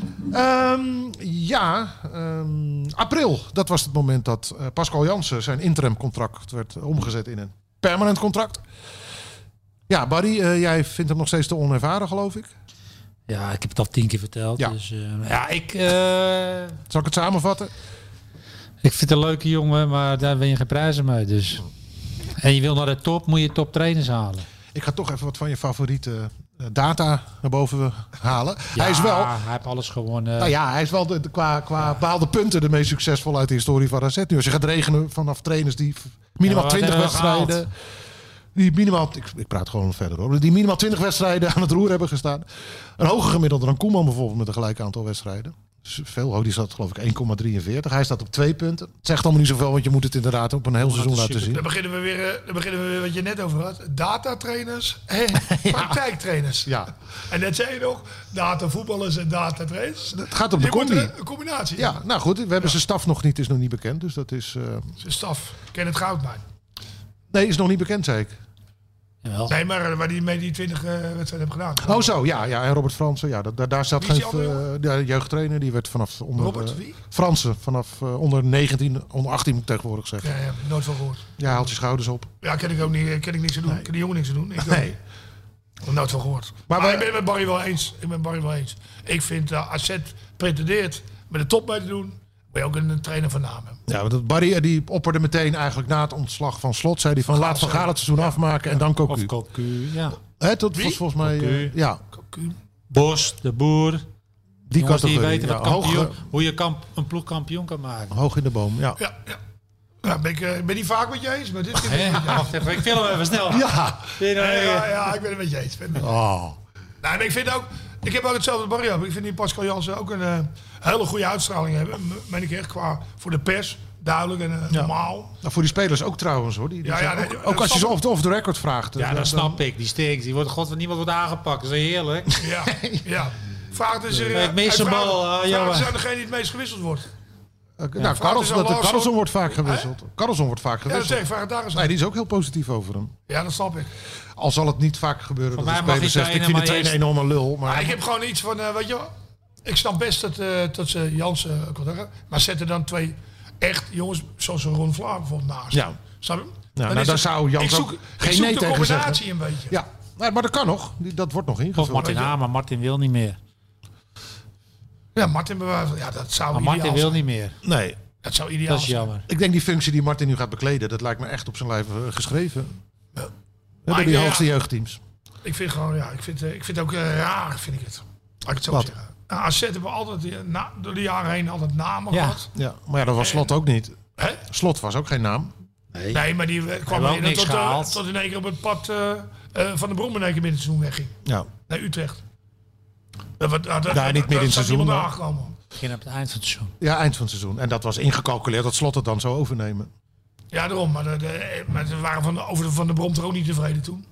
April, dat was het moment dat Pascal Jansen zijn interim contract werd omgezet in een permanent contract. Ja, Barry, jij vindt hem nog steeds te onervaren, geloof ik? Ja, ik heb het al 10 keer verteld. Ja. Dus, zal ik het samenvatten? Ik vind het een leuke jongen, maar daar win je geen prijzen mee. Dus. En je wil naar de top, moet je top trainers halen. Ik ga toch even wat van je favoriete data naar boven halen. Ja, hij is wel. Hij heeft alles gewonnen. Nou ja, hij is wel qua behaalde punten de meest succesvol uit de historie van AZ. Nu als je gaat regenen vanaf trainers die minimaal 20 wedstrijden. Die minimaal, ik praat gewoon verder hoor. Die minimaal 20 wedstrijden aan het roer hebben gestaan. Een hoger gemiddelde dan Koeman bijvoorbeeld met een gelijk aantal wedstrijden. Dus veel, die zat geloof ik 1,43. Hij staat op 2 punten. Het zegt allemaal niet zoveel, want je moet het inderdaad op een heel seizoen laten zien. Dan beginnen we weer wat je net over had. Datatrainers en praktijktrainers. Ja. En net zei je nog, datavoetballers en datatrainers. Het gaat om de combi. Een combinatie. Ja, nou goed, we hebben zijn staf nog niet, is nog niet bekend. Dus dat is... Zijn staf, Kenneth Goudmijn. Nee, is nog niet bekend, zei ik. Jawel. Nee, maar waar die mee die 20 wedstrijden hebben gedaan. Oh zo, ja. En Robert Fransen, ja, daar zat Wie is die geen de jeugdtrainer. Die werd vanaf onder... Robert, wie? Fransen, vanaf onder 19, onder 18 moet ik tegenwoordig zeggen. Ja, nooit van gehoord. Ja, haalt je schouders op. Ja, ken ik ook niet. Ken ik niks te doen. Nee. Ken die jongen niks te doen. Ik Nee. heb nooit van gehoord. Maar ik ben het met Barry wel eens. Ik vind AZ pretendeert met de top mee te doen. Ben je ook een trainer van naam hebben. Ja, want dat Barry die opperde meteen eigenlijk na het ontslag van Slot. Zei hij van laat Van Gaal het seizoen afmaken en dan Cocu. Of Cocu, ja. Hè, dat was volgens mij... Cocu. ja, Bos, de Boer. die Jongens die categorie. weten Ja, wat kampioen, hoog, hoe je een ploeg kampioen kan maken. hoog in de boom, ja. Ja. Ja, ben niet vaak met je eens, maar dit keer ben ik met je eens. Wacht even, ik film hem even snel. Ja. Ja, ik ben het met je eens. Oh. Nou, en ik vind ook, ik heb ook hetzelfde als Barry. Ik vind die Pascal Jansen ook een hele goede uitstraling hebben. Meen ik echt, qua voor de pers. Duidelijk en normaal. Nou, voor die spelers ook trouwens hoor. Die Ja, zijn ook als je ze off the record vraagt. Ja, dat snap ik. Die Steaks, die wordt niemand wordt aangepakt. Dat is heerlijk. Ja. Vraag dus Ik mis een bal, jongen. Vraag aan degene die het meest gewisseld wordt. Nou, Carlson wordt vaak gewisseld. Carlson wordt vaak Ja, dat gewisseld. zeg ik. Vraag het daar eens aan. Nee, die is ook heel positief over hem. Ja, dat snap ik. Al zal het niet vaak gebeuren Voor dat de mij mag speler hij zegt, ik trainen, vind de maar trainer een enorme lul. Maar Maar ik heb gewoon iets van, weet je wel, ik snap best dat ze Jansen kon zeggen, maar zetten dan twee echt jongens zoals een Ron Vlaar bijvoorbeeld naast. Ja. Snap je? Ja, Dan nou, is daar het- zou Jans ik zoek, ook ik geen zoek nee de tegen combinatie zeggen. een beetje. Ja, maar dat kan nog. Dat wordt nog Of ingevuld. Martin maar Martin wil niet meer. Ja, Martin bewijst. Ja, dat zou Maar ideaal Martin wil zijn. niet meer. Nee. Dat zou ideaal Dat is zijn. jammer. Ik denk die functie die Martin nu gaat bekleden, dat lijkt me echt op zijn lijf geschreven. Ja. Door Maar die ja, hoogste jeugdteams. Ik vind gewoon, ja, ik vind ook raar, vind ik het. Laat ik het zo Wat? zeggen. Nou, AZ hebben we altijd door de jaren heen altijd namen Ja. gehad. Ja, maar ja, dat was Slot ook niet. Hè? Slot was ook geen naam. Nee, maar die kwam ook in niks gehaald. tot in één keer op het pad van de Brom in één keer binnen het seizoen wegging. Ja. Naar Utrecht. Daar niet midden in het seizoen, niemand maar- aangekomen. Begin op het eind van het seizoen. Ja, eind van het seizoen. En dat was ingecalculeerd dat Slot het dan zou overnemen. Ja, daarom. Maar ze waren van de Brom er ook niet tevreden toen.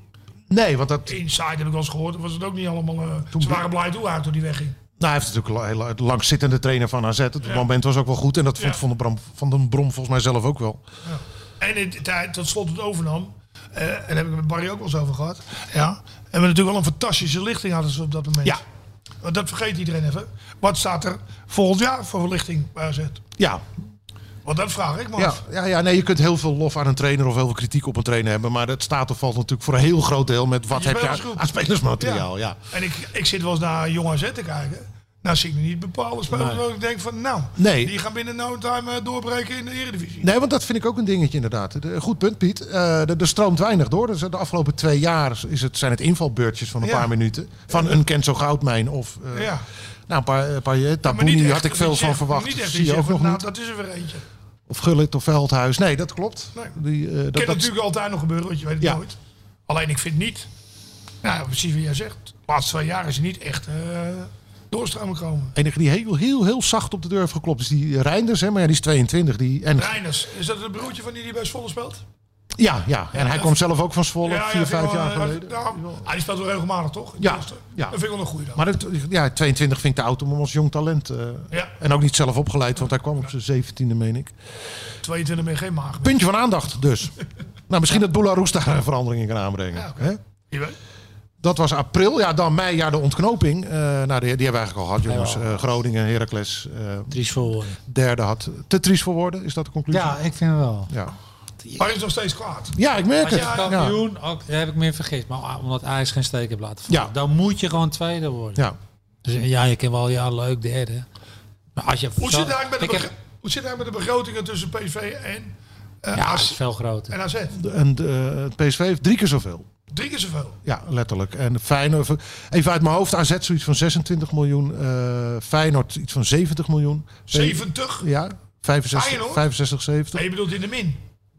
Nee, want dat... Inside heb ik wel eens gehoord. Was het ook niet allemaal... ze waren blij toe uit toen die wegging. Nou, hij heeft natuurlijk een hele langzittende trainer van AZ. Het moment was ook wel goed. En dat vond Van den Brom volgens mij zelf ook wel. Ja. En in de tijd tot Slot het overnam. En daar heb ik het met Barry ook wel eens over gehad. Ja. En we natuurlijk wel een fantastische lichting hadden ze op dat moment. Ja. Want dat vergeet iedereen even. Wat staat er volgend jaar voor lichting bij AZ? Ja. Want dat vraag ik me Ja, af. nee, je kunt heel veel lof aan een trainer of heel veel kritiek op een trainer hebben. Maar het staat of valt natuurlijk voor een heel groot deel met wat Je heb je spelersgroep. aan spelersmateriaal. Ja. En ik zit wel eens naar Jong AZ te kijken. Nou zie ik nu niet bepaalde spelers waar ik denk van nou, Nee. die gaan binnen no time doorbreken in de Eredivisie. Nee, want dat vind ik ook een dingetje inderdaad. Goed punt, Piet. Er stroomt weinig door. Dus de afgelopen 2 jaar zijn het invalbeurtjes van een Ja. paar minuten. Van een Kenzo Goudmijn of Ja. nou, een paar Maar Tabouni niet had echt ik veel dat je van zegt- verwacht. Niet echt Zie je dat ook nog nou, niet. dat is er weer eentje. Of Gullit of Veldhuis. Nee, dat klopt. Nee. Kan natuurlijk altijd nog gebeuren, want je weet het Ja. nooit. Alleen ik vind niet, nou precies wat jij zegt, de laatste 2 jaar is hij niet echt doorstromen gekomen. enige die heel zacht op de deur heeft geklopt is die Reinders. Hè? Maar ja, die is 22. Reiners, is dat het broertje van die bij Zwolle speelt? Ja. En hij kwam zelf ook van Zwolle 4-5 jaar geleden. Die speelt wel regelmatig, toch? Ja. Dat vind ik wel een goeie dan. Maar 22 vind ik te oud om hem als jong talent. Ja. En ook niet zelf opgeleid, want hij kwam op zijn 17e, meen ik. 22 ben je geen maag. Puntje van aandacht dus. Nou, misschien dat Boularoes daar een verandering in kan aanbrengen. Ja, oké. Hè? Je weet. Dat was april. Ja, dan mei, ja, de ontknoping. Die hebben we eigenlijk al gehad, jongens. Groningen, Heracles. Dries voor. Derde had te triest voor woorden. Is dat de conclusie? Ja, ik vind het wel. Ja, Maar hij is nog steeds kwaad. ja ik merk Als je het. Ja. kampioen, ook, dat heb ik meer vergeten. Maar omdat Ajax geen steek heeft laten vallen. Ja. Dan moet je gewoon tweede worden. Ja. Dus ja, je kan wel leuk derde. Maar als je Hoe zit het eigenlijk ik heb, hoe zit het eigenlijk met de begrotingen tussen PSV en ja, dat is veel groter. en AZ? En PSV heeft 3 keer zoveel. 3 keer zoveel. Ja, letterlijk. En Feyenoord, even uit mijn hoofd, AZ zoiets van 26 miljoen. Feyenoord iets van 70 miljoen. 70? Ja, 65, Feyenoord? 65 70. Nee, je bedoelt in de min.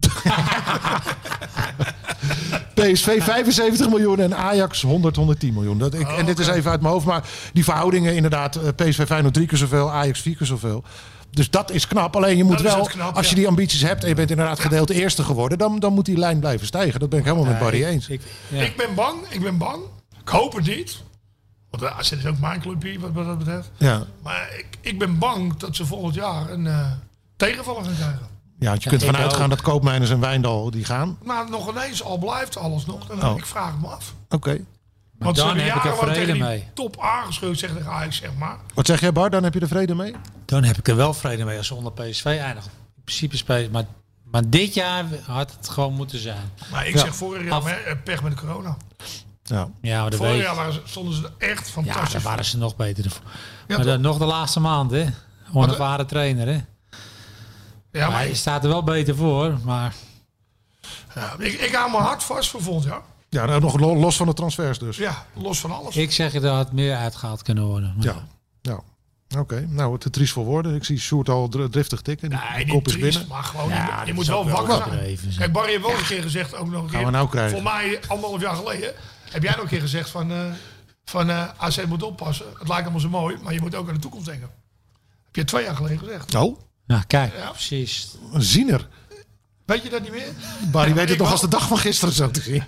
PSV 75 miljoen en Ajax 110 miljoen. En dit is even uit mijn hoofd, maar die verhoudingen inderdaad. PSV Feyenoord 3 keer zoveel, Ajax 4 keer zoveel. Dus dat is knap. Alleen je moet Dat is wel, het knap, als je ja. die ambities hebt en je bent inderdaad gedeeld eerste geworden, dan moet die lijn blijven stijgen. Dat ben ik helemaal met Barry eens. Ja. Ik ben bang. Ik hoop het niet. Want de AZ is ook mijn clubje, wat dat betreft. Ja. Maar ik ben bang dat ze volgend jaar een tegenvaller gaan krijgen. Ja, want je kunt ik ervan ook. uitgaan dat Koopmeiners en Wijndal die gaan. Maar nog ineens, al blijft alles nog. Dan ik vraag me af. Oké. Want dan ze hebben heb ik er jarenlang vrede tegen die mee. top aangeschreven, zegt de Ajax, zeg maar. Wat zeg jij, Bart? Dan heb je er vrede mee? Dan heb ik er wel vrede mee als ze onder PSV eindigen. In principe spelen. Maar dit jaar had het gewoon moeten zijn. Maar ik zeg vorig jaar pech met de corona. Ja. Ja, maar dat Vorig weet jaar stonden ze er echt Ja, fantastisch. daar waren ze nog beter. Ja, maar toch? nog de laatste maand, hè? Onervaren trainer, hè? Ja, Maar je staat er wel beter voor. Maar ik hou mijn hart vast voor volgend jaar. Ja, nou, nog los van de transfers dus. Ja, los van alles. ik zeg je, er had meer uitgehaald kunnen worden. Maar Ja. Oké, nou, het is triest voor woorden. Ik zie Sjoerd al driftig tikken. Die Nee, kop niet is triest, binnen. maar gewoon, Ja, je dat moet is wel ook wel wakker zijn. overdreven, zeg. Kijk, Barry heeft wel een keer gezegd, ook nog een Gaan keer. we nou krijgen. Voor mij 1,5 jaar geleden heb jij nog een keer gezegd van AZ moet oppassen. Het lijkt allemaal zo mooi, maar je moet ook aan de toekomst denken. Heb je 2 jaar geleden gezegd. Oh, Nou, kijk, Ja. precies. een ziener. Weet je dat niet meer? Barry weet het ik nog wel. als de dag van gisteren zo te zien.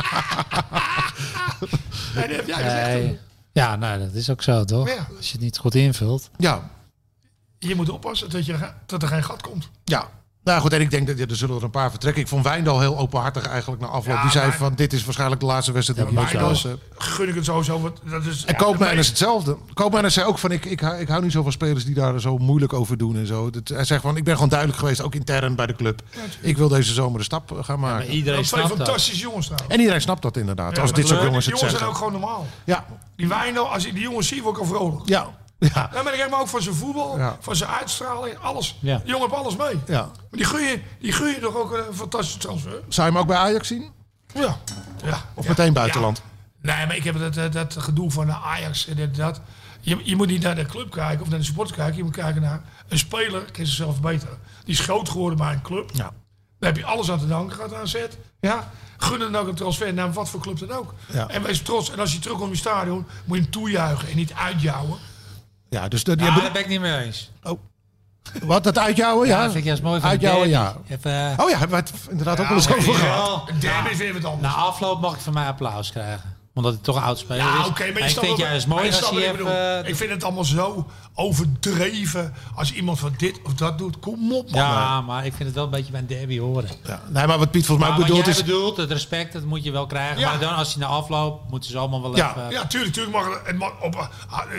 Nee, dat heb jij gezegd. toen. Ja, nou, dat is ook zo, toch? Ja. Als je het niet goed invult. Ja, Je moet oppassen dat er geen gat komt. ja. Nou goed, en ik denk dat er zullen er een paar vertrekken. Ik vond Wijndal heel openhartig eigenlijk na afloop. Ja, die zei maar- van dit is waarschijnlijk de laatste wedstrijd die ik Maar moet dan spelen. gun ik het sowieso. Want dat is, En Koopmeiners hetzelfde. Koopmeiners zei ook van ik hou niet zo van spelers die daar zo moeilijk over doen en zo. Hij zegt van ik ben gewoon duidelijk geweest, ook intern bij de club. Ik wil deze zomer de stap gaan Maar maken. iedereen twee snapt dat. fantastische jongens trouwens. En iedereen snapt dat inderdaad. Ja, als dit soort maar jongens die het jongens zeggen. zijn ook gewoon normaal. Ja, Die Wijndal, als je die jongens ziet, word ik al vrolijk. ja, ja, Ja, maar ik heb me ook van zijn voetbal, Ja. van zijn uitstraling, alles. Ja. Die jongen heeft alles mee. ja. Maar die gun je toch ook een fantastische transfer? Zou je hem ook bij Ajax zien? Ja. Of meteen buitenland? Ja. Nee, maar ik heb dat gedoe van Ajax en dit, dat. Je moet niet naar de club kijken of naar de supporters kijken. Je moet kijken naar een speler, kan zichzelf verbeteren. Die is groot geworden bij een club. Ja. Daar heb je alles aan te danken gehad aan zet. Ja. Gun dan ook een transfer naar wat voor club dan ook. Ja. En wees trots. En als je terugkomt in het stadion, moet je hem toejuichen en niet uitjouwen. Ja, dus Ja, daar ben ik niet mee eens. wat, dat uitjouwen? Ja, Ja, dat vind ik juist mooi van uitjouwen, de ja. derby. Even, Oh ja, hebben we het inderdaad ook Ja, wel eens oké, over ja. gehad. Een derby is weer wat anders. na afloop mag ik van mij applaus krijgen. Omdat het toch een oud speler Ja, is. oké, maar En je ik snapt vind wat- juist maar mooi je als snapt je wat ik bedoel. even... Ik vind het allemaal zo overdreven als iemand van dit of dat doet. Kom op, man. Ja, maar ik vind het wel een beetje bij een derby horen. Ja. Nee, maar wat Piet volgens mij Maar wat bedoelt jij is... bedoelt, het respect, dat moet je wel krijgen. Ja. Maar dan als je na afloop, moeten ze allemaal wel Ja. even... Ja, tuurlijk mag het mag op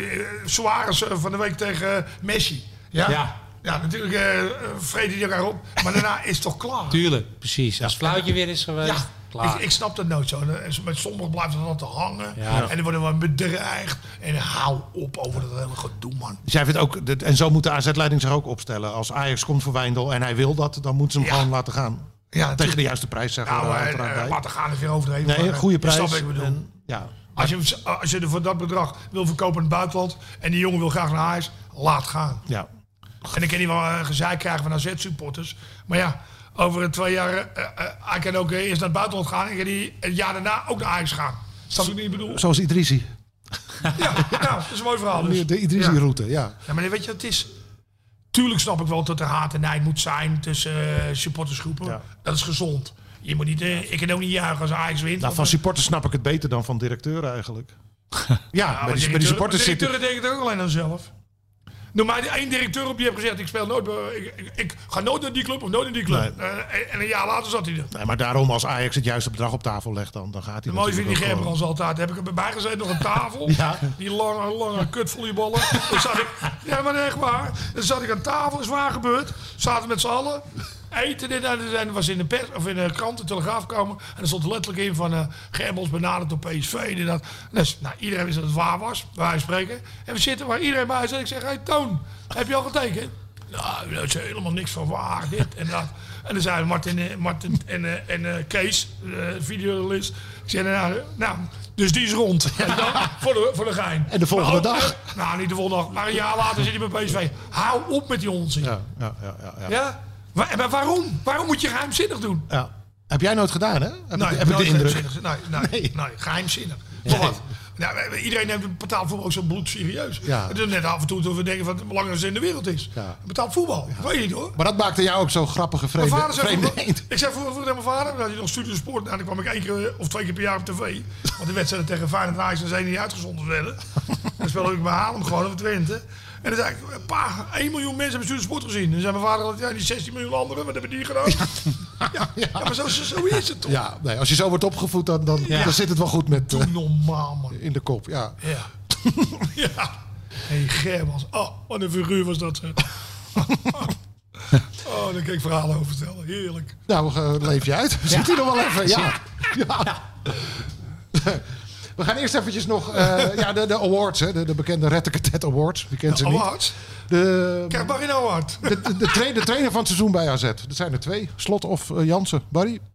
Suarez van de week tegen Messi. Ja, Ja. ja natuurlijk vrede die elkaar op. Maar daarna is het toch klaar. Tuurlijk, precies. Als het fluitje weer is geweest, Ja, klaar. ik snap dat nooit zo. Met sommigen blijft het altijd hangen. Ja. En dan worden we bedreigd. En hou op over dat hele gedoe, man. Dus jij vindt ook, en zo moet de AZ-leiding zich ook opstellen. Als Ajax komt voor Wijndal en hij wil dat, dan moeten ze hem Ja. gewoon laten gaan. Ja, Tegen de juiste prijs zeggen we Nou, er uiteraard bij. laten gaan is weer overdreven. Nee, maar, een goede je prijs. snapt wat ik bedoel. En, ja. Als je er voor dat bedrag wil verkopen in het buitenland en die jongen wil graag naar huis, laat gaan. Ja. En ik kan niet wel gezeik krijgen van AZ-supporters. Maar ja, over 2 jaar, hij kan ook eerst naar het buitenland gaan en kan hij het jaar daarna ook naar Ajax gaan. Snap je wat ik bedoel? Zoals Idrissi. Ja, dat is een mooi verhaal. Dus. De Idrissi-route, ja. Ja, maar weet je, het is... Tuurlijk snap ik wel dat er haat en nijd moet zijn tussen supportersgroepen. Ja. Dat is gezond. Je moet niet, ik kan ook niet juichen als Ajax wint. Nou, van supporters snap ik het beter dan van directeuren eigenlijk. Ja, bij die supporters zitten... directeuren denken ook alleen aan zelf. Noem maar één directeur op die heeft gezegd: ik speel nooit, ik ga nooit naar die club of nooit naar die club. En een jaar later zat hij er. Nee, maar daarom als Ajax het juiste bedrag op tafel legt, dan gaat hij De mooie vind ik die natuurlijk ook Gerbrandts altijd. Heb ik er bij gezeten nog een tafel. Ja. Die lange kutvolleyballen. Dan zat ik, ja, maar echt waar. Dan zat ik aan tafel, is waar gebeurd. Zaten met z'n allen. Eten dit en was in de pers of in de krant, de Telegraaf komen. En er stond er letterlijk in van Gerbrandts benaderd door PSV. Dit, dat. Dus, nou, iedereen wist dat het waar was, bij wijze van spreken. En we zitten waar iedereen bij zit. Ik zeg: hey Toon, heb je al getekend? Nou, dat is helemaal niks van waar, dit en dat. En dan zeiden Martin en Kees, videojournalist. Ik zei: nou, dus die is rond. En dan, voor de gein. En de volgende dag? Nou, niet de volgende dag, maar een jaar later zit hij bij PSV. Hou op met die onzin. Ja. Ja? Maar waarom? Waarom moet je geheimzinnig doen? Ja. Heb jij nooit gedaan, hè? Heb ik de nooit indruk. geheimzinnig. Nee, geheimzinnig. Voor wat? Ja, iedereen neemt betaald voetbal ook zo bloedserieus. Ja. Het is net af en toe dat we denken van het belangrijkste in de wereld is. Ja. Betaald voetbal. Weet je niet hoor. Maar dat maakte jou ook zo'n grappige Mijn vader zei vreemde vroeger, eend. ik zei vroeger tegen mijn vader, dat hij nog studie sport, nou, dan kwam ik 1 keer of 2 keer per jaar op tv. Want de wedstrijden tegen Feyenoord en Ajax zijn niet uitgezonden werden. Dan speelde ik bij Haarlem gewoon op Twente. En dan zei ik, pa, 1 miljoen mensen hebben Student Sport gezien. En dan zei mijn vader altijd, ja, die 16 miljoen anderen, wat hebben die gedaan? Ja, maar zo is het toch? Ja, nee, als je zo wordt opgevoed, dan zit het wel goed met Doe normaal, man. in de kop. Ja. Ja. Hey, Germans. Oh, wat een figuur was dat. Oh, daar kan ik verhalen over vertellen. Heerlijk. Nou, leef je uit. Zit hij nog wel even? Ja. We gaan eerst eventjes nog de awards, hè, de bekende Rettekatet Awards. Wie kent ze niet? Awards? Kijk, Barry een award. De trainer van het seizoen bij AZ. Dat zijn er 2. Slot of Jansen. Barry? Wie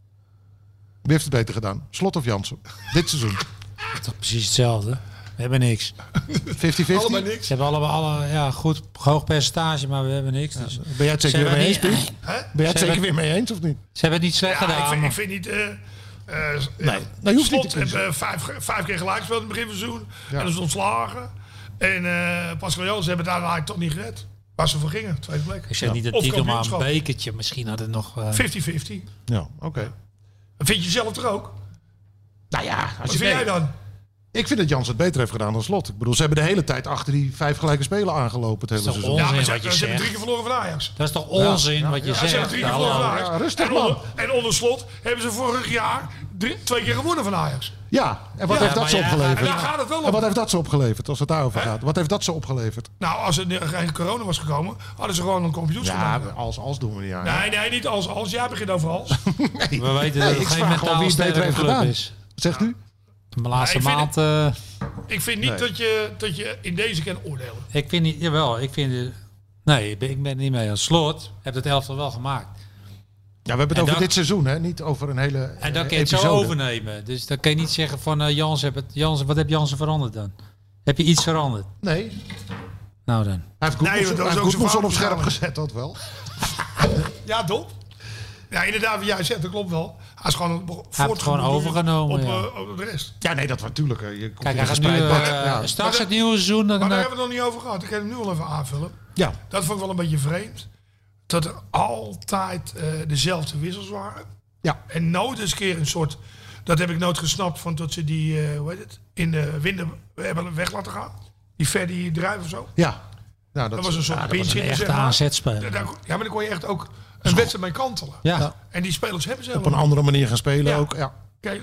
heeft het beter gedaan? Slot of Jansen? Dit seizoen. Het is toch precies hetzelfde. We hebben niks. 50-50? Allebei niks. Ze hebben allemaal goed hoog percentage, maar we hebben niks. Dus. Ben jij het zeker weer mee eens, Piet? Ben jij het zeker weer mee eens of niet? Ze hebben het niet slecht gedaan. Ik vind niet... Nee, je hoeft Slot niet te kiezen. hebben 5 keer gelijk gespeeld in het begin van het seizoen. Ja. En dat is ontslagen. En Pascal Jansen hebben daar eigenlijk toch niet gered. Waar ze voor gingen, tweede plek. Ik zeg niet de titel, maar een bekertje. Misschien had het nog... 50-50. Ja, oké. Vind je zelf toch ook? Nou ja, Wat vind jij dan? Ik vind dat Jansen het beter heeft gedaan dan Slot. Ik bedoel, ze hebben de hele tijd achter die 5 gelijke spelen aangelopen het hele seizoen. Ja, maar ze hebben 3 keer verloren van Ajax. Dat is toch onzin wat je zegt? Ze hebben 3 keer verloren van Ajax. Ja, rustig man. En onder Slot hebben ze vorig jaar 2 keer gewonnen van Ajax. Ja, en wat heeft dat ze opgeleverd? En daar gaat het wel om. En wat heeft dat ze opgeleverd, als het daarover gaat? Wat heeft dat ze opgeleverd? Nou, als er geen corona was gekomen, hadden ze gewoon een kampioenschap. Ja, als doen we niet aan. Nee, niet als. Jij begint over als. We weten dat het geen mentaal sterke club is. Wat zegt u? De laatste maand... Ik vind niet dat je in deze kan oordelen. Ik vind niet... Jawel, ik vind... Nee, ik ben het niet mee. Als Slot heeft het elftal wel gemaakt. Ja, we hebben het over dit seizoen, hè? Niet over een hele En dan kun je het zo overnemen. Dus dan kun je niet zeggen van Jansen, wat heb Jansen veranderd dan? Heb je iets veranderd? Nee. Nou dan. Hij heeft Goedmanson op scherp gezet, dat wel. Ja, toch? Ja, inderdaad, wat jij zegt, dat klopt wel. Hij is gewoon overgenomen op de rest. Ja, nee, dat was natuurlijk. Kijk, hij gaat nu straks het nieuwe seizoen. Maar daar hebben we het nog niet over gehad. Ik ga hem nu al even aanvullen. Ja. Dat vond ik wel een beetje vreemd. Dat er altijd dezelfde wissels waren. Ja. En nooit eens keer een soort... Dat heb ik nooit gesnapt van dat ze die, in de winden hebben weg laten gaan. Die Ferdi Druijf of zo. Ja. Nou, dat was een soort pinch in. Echt AZ-speler. Ja, maar dan kon je echt ook een wedstrijd mee kantelen. Ja. En die spelers hebben ze op een andere manier gaan spelen ook. Ja. Kijk,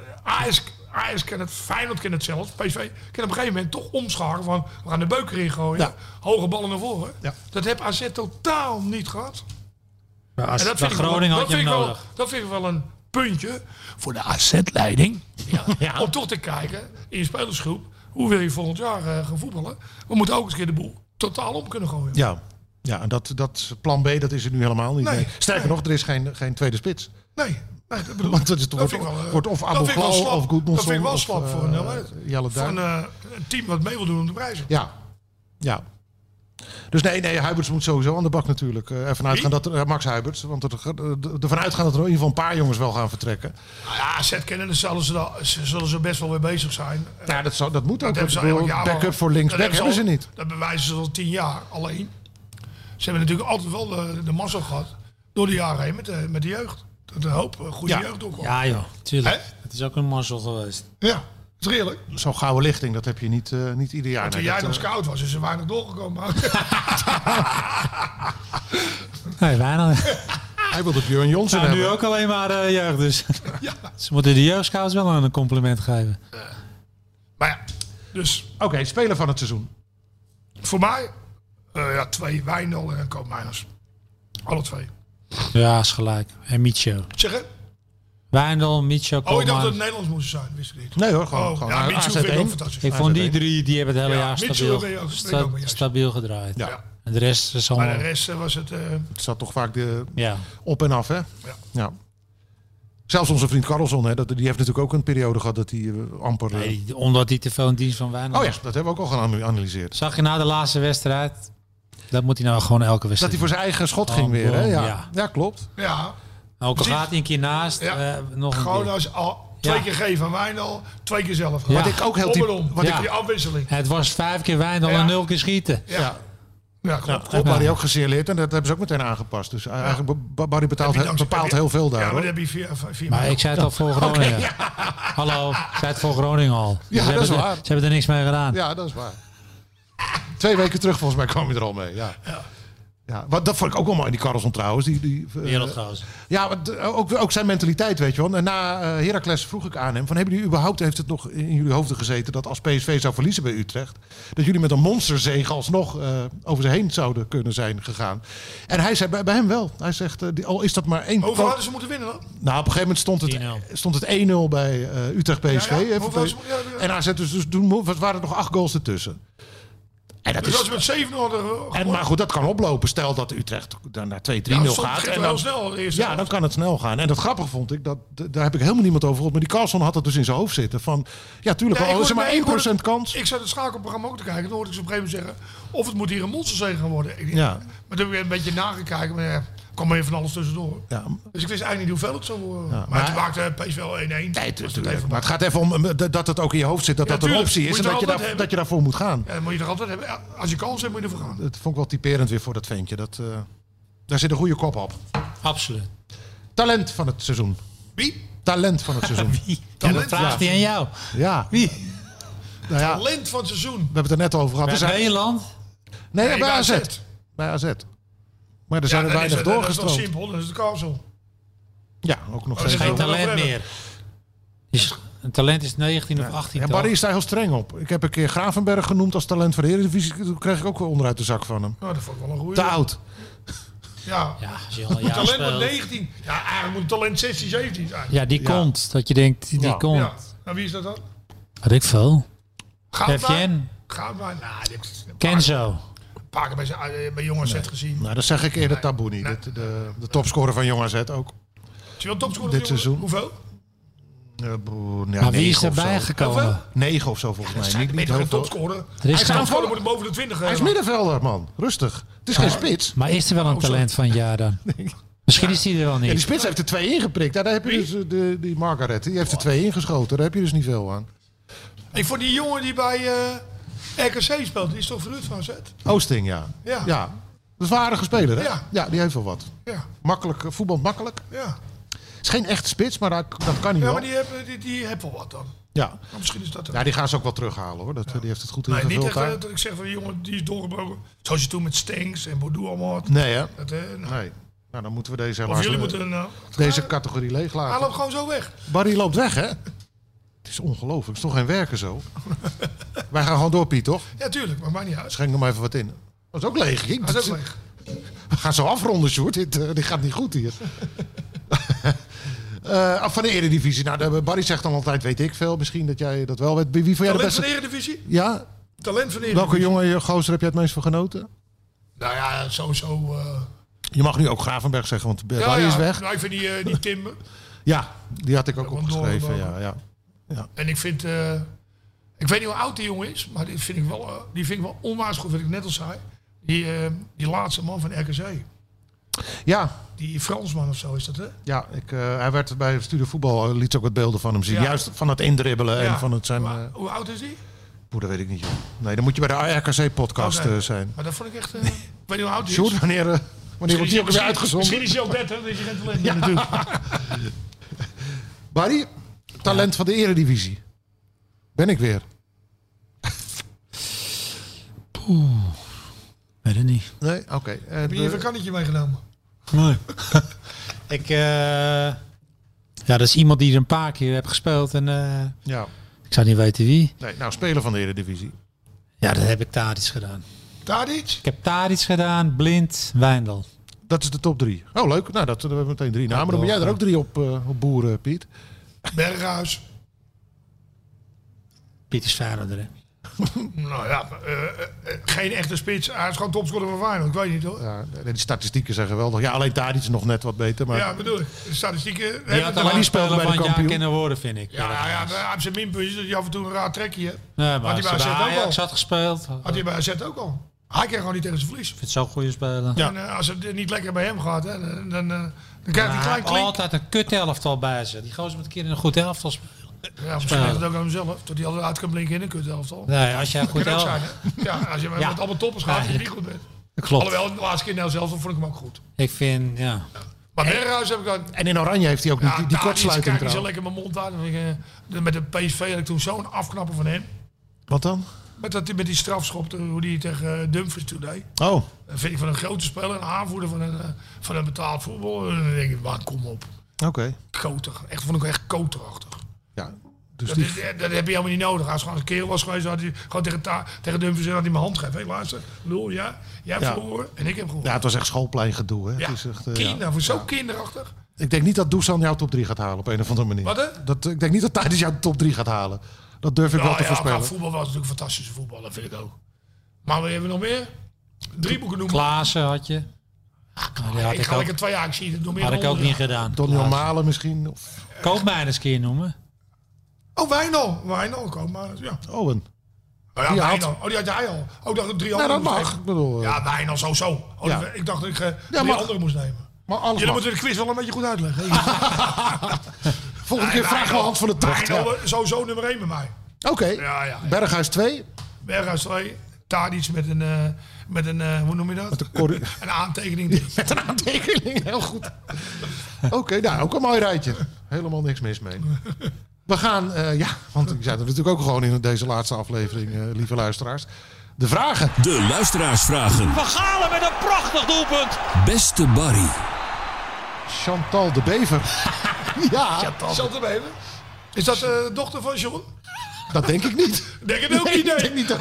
Ajax kan het, Feyenoord kan het zelfs. PSV kan op een gegeven moment toch omscharen van we gaan de beuker ingooien. Ja. Hoge ballen naar voren. Ja. Dat heb AZ totaal niet gehad. Ja, en dat vind Groningen had je nodig. Dat vind ik wel een puntje voor de AZ-leiding. Ja. Om toch te kijken in je spelersgroep. Hoe wil je volgend jaar gaan voetballen? We moeten ook eens een keer de boel totaal om kunnen gooien. Ja, en dat plan B, dat is er nu helemaal niet. Nee. Sterker nog, er is geen tweede spits. Nee, dat bedoel ik. Want het wordt of Abu Ghal of Goedmanson. Dat vind ik wel slap voor een team wat mee wil doen om de prijzen. Ja. Dus nee, Huiberts moet sowieso aan de bak natuurlijk. Ervan uitgaan dat Max Huiberts. Want ervan uitgaan dat er in ieder geval een paar jongens wel gaan vertrekken. Nou ja, Zet-kennen zullen ze best wel weer bezig zijn. Ja, dat moet ook. Backup voor linksback hebben ze niet. Dat bewijzen ze al 10 jaar alleen. Ze hebben natuurlijk altijd wel de mazzel gehad. Door de jaren heen met de jeugd. Dat een hoop goede jeugd doorkwam. Ja joh, tuurlijk. Het is ook een mazzel geweest. Ja, dat is redelijk. Zo'n gouden lichting, dat heb je niet ieder jaar. Toen jij nog scout was, is er weinig doorgekomen. Nee, weinig. Hij wilde Björn Johnson hebben. Nu ook alleen maar jeugd dus. Ja. Ze moeten de jeugdscouts wel een compliment geven. Maar ja, dus... Oké, speler van het seizoen. Voor mij... 2 Wijndal en Koopmeiners. Alle 2. Ja, is gelijk. En Micho. Zeggen? Wijndal, Micho, Koopmeiners. Ik dacht dat het Nederlands moest zijn, wist ik niet. Nee hoor, gewoon ja, Micho vind ik ook fantastisch. Ik vond die 3, die hebben het hele jaar stabiel gedraaid. Ja. En de rest is allemaal... Maar de rest was het... Het zat toch vaak op en af, hè? Ja. Zelfs onze vriend Carlson, hè, die heeft natuurlijk ook een periode gehad dat hij amper... Nee, omdat hij te veel in dienst van Wijndal was. Dat hebben we ook al geanalyseerd. Zag je na de laatste wedstrijd... Dat moet hij nou gewoon elke wedstrijd. Dat hij voor zijn eigen schot ging weer, hè? Ja, klopt. Ja. Ook al gaat hij een keer naast, nog een gewoon keer. Als al 2 keer geven aan Wijndal, 2 keer zelf. Ja. Wat ik ook heel die afwisseling. Het was 5 keer Wijndal en 0 keer schieten. Ja, klopt. Dat Barry ook gesignaleerd en dat hebben ze ook meteen aangepast. Dus eigenlijk Barry bepaalt heel veel daar. Ja, maar dat heb je 4 Maar ik zei het al voor Groningen. Hallo, ik zei het voor Groningen al. Ja, dat is waar. Ze hebben er niks mee gedaan. Ja, dat is waar. 2 weken terug volgens mij kwam je er al mee. Ja. Ja, dat vond ik ook wel mooi in die Carlson trouwens. Wereldgozer. Ja, ook zijn mentaliteit, weet je wel. En na Heracles vroeg ik aan hem: hebben jullie überhaupt, heeft het nog in jullie hoofden gezeten dat als PSV zou verliezen bij Utrecht, dat jullie met een monsterzege alsnog over ze heen zouden kunnen zijn gegaan? En hij zei bij hem wel. Hij zegt, al is dat maar 1. Hoeveel hadden ze moeten winnen dan? Nou, op een gegeven moment stond het 1-0 bij Utrecht PSV. En hij zei dus toen waren er nog 8 goals ertussen. En dat dus als we met 7 hadden. Maar goed, dat kan oplopen. Stel dat Utrecht dan naar 2-3-0 gaat. En dan, dan kan het snel gaan. En dat grappige vond ik, daar heb ik helemaal niemand over gehoord. Maar die Carlson had dat dus in zijn hoofd zitten. Van, ja, tuurlijk, al is er maar 1% kans. Ik zat het schakelprogramma ook te kijken. Dan hoorde ik ze op een gegeven moment zeggen, of het moet hier een monsterzege gaan worden. Ja. Maar toen heb ik een beetje nagekeken. Maar ja, kwam er van alles tussendoor. Ja. Dus ik wist eigenlijk niet hoeveel het zou worden. Ja, maar toen maakte PSV wel 1-1. Nee, maar het gaat even om dat het ook in je hoofd zit. Dat een optie is. En dat je daarvoor moet gaan. Ja, dat moet je er altijd hebben. Als je kans hebt, moet je ervoor gaan. Dat vond ik wel typerend weer voor dat ventje. Daar zit een goede kop op. Absoluut. Talent van het seizoen. Wie? Talent van het seizoen. Wie? Ja, dat vraagt hij aan jou. Ja. Wie? Nou ja, talent van het seizoen. We hebben het er net over gehad. Bij Nederland? Nee, bij AZ. Bij AZ. Maar er zijn er weinig doorgestroomd. Dat is simpel, dat is de Carlson. Ja, ook nog steeds. Er is geen talent meer. Een talent is 19 of 18. En Barry is daar heel streng op. Ik heb een keer Gravenberg genoemd als talent voor de Eredivisie. Toen kreeg ik ook wel onderuit de zak van hem. Oh, dat vond ik wel een goeie. Te oud. Ja, als je al een jaar talent speelt. moet 19. Ja, eigenlijk moet talent 16, 17 zijn. Ja, die komt. Dat je denkt, die komt. Ja. Nou, wie is dat dan? Had ik veel. Goudwijn. Kenzo. Een paar keer bij Jong AZ gezien. Nou, dat zeg ik eerder taboe niet. De topscorer van Jong AZ ook. Is je wel topscorer dit seizoen? Hoeveel? Maar wie is erbij gekomen? 9 of zo volgens mij. Niet heel topscorer. Hij is topscorer moet boven de 20. Hij is middenvelder, man. Rustig. Het is geen spits. Maar is er wel een talent van het jaar dan? Misschien is hij er wel niet. Ja, die spits heeft er 2 ingeprikt. Daar heb je dus die Margaret. Die heeft er 2 ingeschoten. Daar heb je dus niet veel aan. Ik vond die jongen die bij RKC speelt, die is toch verhuurd van AZ? Oosting, ja. Dat is een aardige speler, hè? Ja, die heeft wel wat. Ja. Makkelijk, voetbal makkelijk. Ja. Het is geen echte spits, maar dat kan niet wel. Ja, maar die heeft wel wat dan. Ja. Maar misschien is dat ja, die gaan ze ook wel terughalen, hoor. Die heeft het goed ingevuld. Nee, niet echt dat ik zeg van die jongen die is doorgebroken. Zoals je toen met Stengs en Bordeaux allemaal had. Nee, hè? Nee. Nou, dan moeten we deze helaas... Of jullie moeten... deze categorie leeglaten. Hij loopt gewoon zo weg. Barry loopt weg, hè? Het is ongelooflijk. Het is toch geen werken zo? Wij gaan gewoon door, Piet, toch? Ja, tuurlijk. Maar maakt niet uit. Schenk er maar even wat in. Dat is ook leeg. Dat is ook leeg. We gaan zo afronden, Sjoerd. Dit gaat niet goed hier. Van de Eredivisie. Nou, Barry zegt dan altijd, weet ik veel. Misschien dat jij dat wel weet. Wie vond jij de beste? Talent van de Eredivisie? Ja. Talent van de Eredivisie. Welke jongen, gozer, heb jij het meest van genoten? Nou ja, sowieso... Je mag nu ook Gravenberg zeggen, want Barry is weg. Nou, ik vind die Tim... Ja, die had ik ook opgeschreven. Ja. En ik vind... ik weet niet hoe oud die jongen is, maar die vind ik wel onwaarschijnlijk goed, wat ik net al zei. Die laatste man van RKC. Ja. Die Fransman of zo is dat, hè? Ja, hij werd bij Studio Voetbal, liet ook wat beelden van hem zien. Ja. Juist van het indribbelen en van het zijn... hoe oud is die? Dat weet ik niet, joh. Nee, dan moet je bij de RKC-podcast zijn. Maar dat vond ik echt... ik weet niet hoe oud die is. Sjoerd, wanneer wordt die ook weer uitgezonden? Misschien is hij ook 30, dat je geen talent hebt natuurlijk. Barry, talent van de Eredivisie. Ben ik weer. Weet het niet. Nee, oké. Heb je even een kannetje meegenomen? Nee. Ja, dat is iemand die er een paar keer heeft gespeeld. En, ja. Ik zou niet weten wie. Nee, nou, speler van de Eredivisie. Ja, dat heb ik Tadic gedaan. Tadic? Ik heb Tadic gedaan, Blind, Wijndal. Dat is de top 3. Oh, leuk. Nou, dat hebben we meteen 3 namen. Dan moet jij er ook 3 op boeren, Piet. Berghuis. Piet is Feyenoorder, hè? Nou ja, geen echte spits. Hij is gewoon topscorer van Feyenoord. Ik weet niet, hoor. Ja, die statistieken zijn geweldig. Ja, alleen Tadic is nog net wat beter. Maar... Ja, bedoel ik. De statistieken... Die had maar die speelde bij de kampioen. Kennen worden, vind ik. Ja, hij heeft zijn minpuntjes. Dat hij af en toe een raar trekje hebt. Nee, maar had hij bij Ajax had gespeeld. Had hij bij AZ ook al. Hij kreeg gewoon niet tegen zijn verlies. Ik vind het zo'n goede speler. Ja. En als het niet lekker bij hem gaat, hè, dan krijgt hij een klein klink. Altijd een kut elftal bij ze. Die gozer moet een keer in een goed elftal spelen. Ja, misschien is het ook aan hemzelf. Dat hij altijd uit kan blinken in een kut elftal. Nee, als jij goed elftal... Ja, als je met allemaal toppers gaat, dat je niet goed bent. Klopt. Alhoewel, de laatste keer in zelf vond ik hem ook goed. Ik vind, ja. Maar Berghuis heb ik dan... En in Oranje heeft hij ook niet die kortsluiting. Ik kijk zo lekker mijn mond uit. Met de PSV had ik toen zo'n afknappen van hem. Wat dan? Met die strafschop, hoe die tegen Dumfries toen deed. Oh. Dat vind ik van een grote speler, een aanvoerder van een betaald voetbal. En dan denk ik, man, kom op. Oké. Koter. Echt, vond ik echt koterachtig. Ja. Dus Dat heb je helemaal niet nodig. Als gewoon een kerel was geweest, had hij gewoon tegen Dumfries had hij mijn hand gegeven. Hé, luister, lul, ja. Jij hebt verloren en ik heb gewonnen. Ja, het was echt schoolplein gedoe. Hè? Ja, Het is echt, zo kinderachtig. Ik denk niet dat Dusan jouw top 3 gaat halen op een of andere manier. Wat, hè? Ik denk niet dat Tadic jouw top 3 gaat halen. Dat durf ik wel te voorspellen. Voetbal was natuurlijk fantastische voetbal, dat vind ik ook. Maar we hebben nog meer? 3 boeken noemen. Klaassen had je. Ik ga lekker 2 jaar, ik zie het nog meer. Had ik ook niet gedaan. Donny Malen misschien. Of... Koopmijn eens een keer noemen. Oh, Wijnal, Koopmijn, ja. Owen. Oh ja, Wijnal. Oh, die had jij al. Oh, ik dacht dat 3 andere dat moest mag. nemen. Ik bedoel, ja, Wijnal sowieso. Oh, ja. Ik dacht dat ik 3 andere moest nemen. Maar alles Jullie mag. moeten de quiz wel een beetje goed uitleggen. Volgende keer vragen we hand van de tocht. Wijnal sowieso nummer 1 bij mij. Oké. Ja. Berghuis 2. Berghuis 2. Tadic met een hoe noem je dat? Een aantekening. Met een aantekening, heel goed. Oké, nou ook een mooi rijtje. Helemaal niks mis mee. We gaan, want ik zei er natuurlijk ook gewoon in deze laatste aflevering, lieve luisteraars. De vragen. De luisteraarsvragen. Van Galen met een prachtig doelpunt. Beste Barry. Chantal de Bever. Ja. Chantal de Bever. Is dat de dochter van John? Dat denk ik niet. Denk het ook niet, nee. Ik denk niet dat...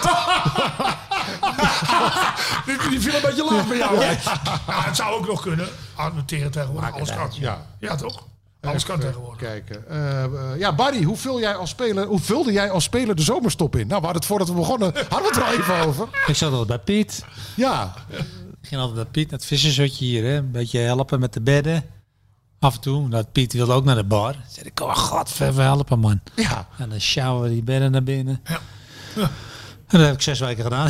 Die viel een beetje laag bij jou. Ja, het zou ook nog kunnen. Noteren tegenwoordig. Alles kan. Ja, toch? Alles kan tegenwoordig. Kijken. Barry, hoe vulde jij als speler de zomerstop in? Nou, we hadden het voordat we begonnen. Hadden we het er al even over. Ik zat altijd bij Piet. Ja. Ik ging altijd bij Piet naar het vissershutje hier. Hè. Een beetje helpen met de bedden. Af en toe. Dat Piet wilde ook naar de bar. Toen zei ik, oh god, even helpen man. Ja. En dan sjouwen die bedden naar binnen. Ja. En dat heb ik 6 weken gedaan.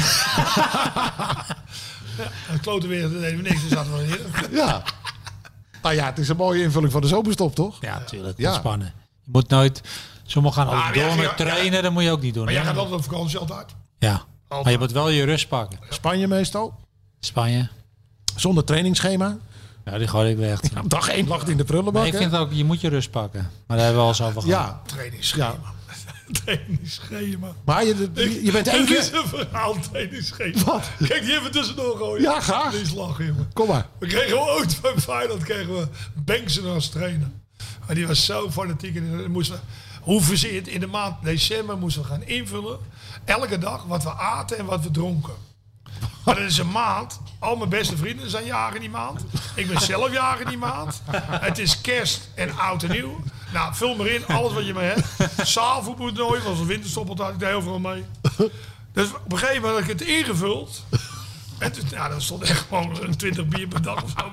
En kloten weer, dat deden we niks. Dus zaten we hier. Ja. Nou ja, het is een mooie invulling van de zomerstop, toch? Ja, natuurlijk. Ontspannen. Je moet nooit... Sommigen gaan ook door met trainen. Dat moet je ook niet doen. Maar jij gaat altijd op vakantie altijd? Ja. Maar je moet wel je rust pakken. Spanje meestal? Spanje. Zonder trainingsschema? Ja, die gooi ik weg. Dag 1 lag in de prullenbak. Maar ik vind ook, je moet je rust pakken. Maar daar hebben we al eens over gehad. Ja. Trainingsschema. Trainingsschema. Maar je bent één keer... Het is een verhaal, trainingsschema. Wat? Kijk, die even tussendoor gooien. Ja, graag. Die is lachen, jongen. Kom maar. We kregen ooit bij Feyenoord Bengtsen als trainer. Maar die was zo fanatiek. En moesten hoe verzint in de maand december moesten we gaan invullen. Elke dag wat we aten en wat we dronken. Maar dat is een maand. Al mijn beste vrienden zijn jarig in die maand. Ik ben zelf jarig in die maand. Het is kerst en oud en nieuw. Nou, vul maar in. Alles wat je maar hebt. Zaalvoetbaltoernooi, was een winterstop, had ik daar heel veel mee. Dus op een gegeven moment had ik het ingevuld. En toen, dat stond echt gewoon 20 bier per dag of zo.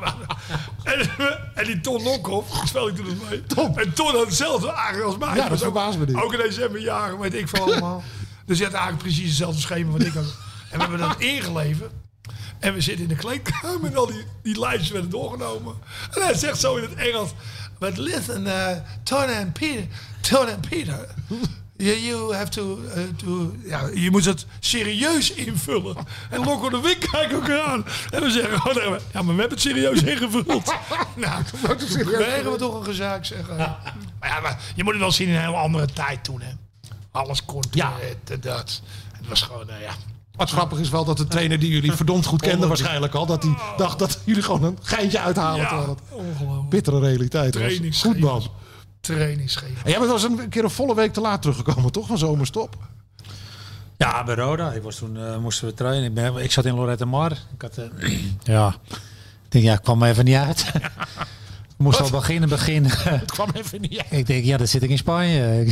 En die Ton Lokhoff, ik speel ik toen nog mee. Tom. En Ton had hetzelfde eigenlijk als mij. Ja, dat verbaast me niet. Ook in december jaren, weet ik van allemaal. Dus je had eigenlijk precies hetzelfde schema wat ik had. En we hebben dat ingeleverd. En we zitten in de kleedkamer en al die lijstjes werden doorgenomen. En hij zegt zo in het Engels. But listen, Ton and Peter. You have to je moet het serieus invullen. En Lokko de Wink kijkt ook aan. En we zeggen gewoon, maar we hebben het serieus ingevuld. Nou, toen kregen we toch een gezaak zeggen. Maar je moet het wel zien in een heel andere tijd toen. Hè. Alles kon dat. Het was gewoon, Wat grappig is wel dat de trainer die jullie verdomd goed kenden waarschijnlijk al, dat hij dacht dat jullie gewoon een geintje uithalen. Terwijl het ongelooflijk. Bittere realiteit was. Goed man. Trainingsschema. En jij bent wel eens een keer een volle week te laat teruggekomen, toch? Van zomerstop. Ja, bij Roda. Ik was toen, moesten we trainen. Ik zat in Lorette Mar. Ik had, ik kwam er even niet uit. Ik moest al beginnen. Het kwam even niet uit. Ik denk, dan zit ik in Spanje.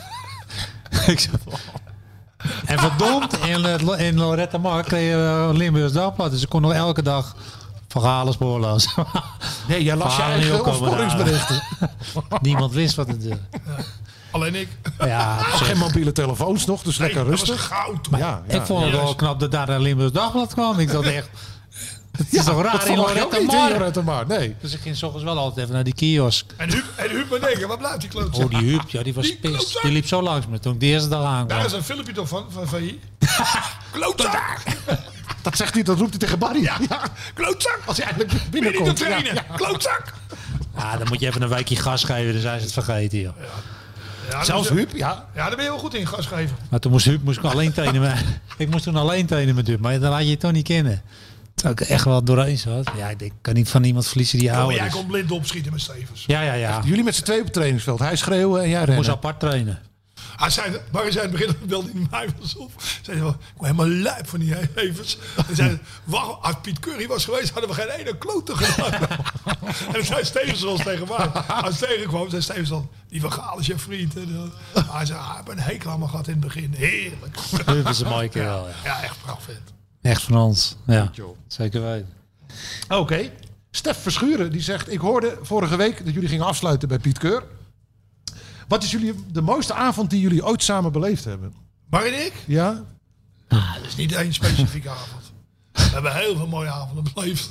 En verdomd, in Lorette Mar kreeg je Limburgs Dagblad. Dus ik kon nog elke dag verhalen spoorloos. Nee, jij las je eigen opsporingsberichten. Niemand wist wat het is. Alleen ik. Ja, geen mobiele telefoons nog, dus lekker rustig. Dat was goud. Ja. Ik vond het wel knap dat daar een Limburgs Dagblad kwam. Ik dacht echt... Het is toch raar in Lorette Mar? Nee. Dus ik ging 's ochtends wel altijd even naar die kiosk. En Huub maar denken, waar blijft die klootzak? Oh, die Huub, die was pist. Die liep zo langs me toen ik de eerste dag aankwam. Daar is een filmpje toch van je. Klootzak! Dat zegt hij, dat roept hij tegen Barry. Ja. Klootzak! Als hij eigenlijk binnenkomt. Ben je niet te trainen? Klootzak! Ja, dan moet je even een weekje gas geven, dus hij is het vergeten, joh. Ja, Zelfs dus, Huub, ja. Ja, daar ben je wel goed in gas geven. Maar toen moest ik alleen trainen. Ik moest toen alleen trainen met Huub. Maar dan laat je het toch niet kennen. Terwijl ik echt wel doorheen zat. Ja, ik kan niet van iemand verliezen die ouder Jij is. kon blind opschieten met Stevens. Ja. Jullie met z'n twee op het trainingsveld. Hij schreeuwen en jij Ik moest rennen. apart trainen. Hij zei in het begin belde hij mij was op. Zei hij, ik word helemaal lijp van die Evers. Hij zei, wacht, als Piet Curry was geweest, hadden we geen ene klote gedaan. En dan zei Stevens wel eens tegen mij. Als het tegenkwam, zei Stevens dan, die Van Gaal is je vriend. En, hij zei, ik heb een hekel aan me gehad in het begin. Heerlijk. Dat is een mooie kerel. Ja. Ja, echt prachtig. Echt van ons. Ja, zeker weten. Oké. Stef Verschuren die zegt, ik hoorde vorige week dat jullie gingen afsluiten bij Piet Keur. Wat is de mooiste avond die jullie ooit samen beleefd hebben? Mar en ik? Ja? Dat is niet één specifieke avond. We hebben heel veel mooie avonden beleefd.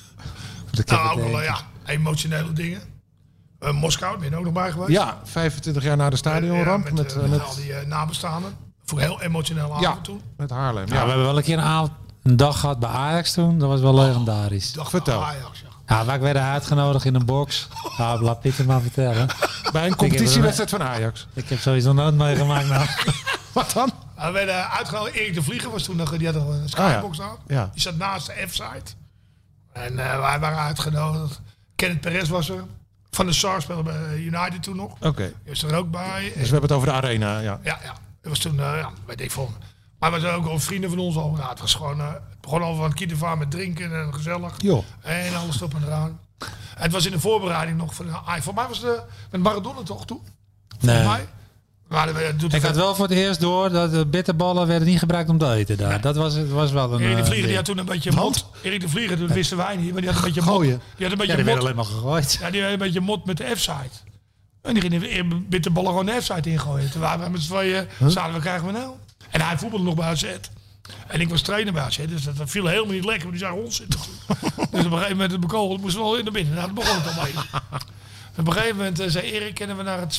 Nou, ook wel emotionele dingen. Moskou, ben je ook nog bij geweest? Ja, 25 jaar na de stadionramp. Met al die nabestaanden. Voor een heel emotionele avond toen. Met Haarlem. Ja, we hebben wel een keer een dag gehad bij Ajax toen. Dat was wel legendarisch. Vertel. Ajax, Ja, wij werden uitgenodigd in een box. Ja, laat Pieter maar vertellen. Bij een competitiewedstrijd van Ajax. Ik heb sowieso nooit meegemaakt. Nou. Wat dan? We werden uitgenodigd. Erik de Vlieger was toen nog, die had nog een skybox aan. Ja. Die zat naast de F-site. En wij waren uitgenodigd. Kenneth Perez was er. Van de SAR speelde bij United toen nog. Oké. Die was er ook bij. Dus we hebben het over de arena, ja. Ja. Dat was toen, weet ik veel. Maar we zijn ook al vrienden van ons al. Ja, het was gewoon, het begon al van Kietenvaar met drinken en gezellig. Jo. En alles op en eraan. Het was in de voorbereiding nog van voor mij was het met Maradona toch toen? Nee. Mij? Maar Ik had wel voor het eerst door dat de bitterballen werden niet gebruikt om te eten daar. Nee. Dat was wel een... Erik de Vlieger die had toen een beetje mot. Erik de Vlieger, dat wisten wij niet, maar die had een beetje gooien. Mot. Die had een beetje die mot. werd alleen maar gegooid. Ja, die had een beetje mot met de F-site. En die ging bitterballen gewoon de F-site ingooien. Toen waren we met z'n tweeën, zaten we krijgen we nou. En hij voetbalde nog bij AZ. En ik was trainer bij AZ, dus dat viel helemaal niet lekker. Want die zag ons zitten. Dus op een gegeven moment, de bekogeld moest wel in naar binnen. Nou, dat begon het al mee. Op een gegeven moment zei Erik, kennen we naar het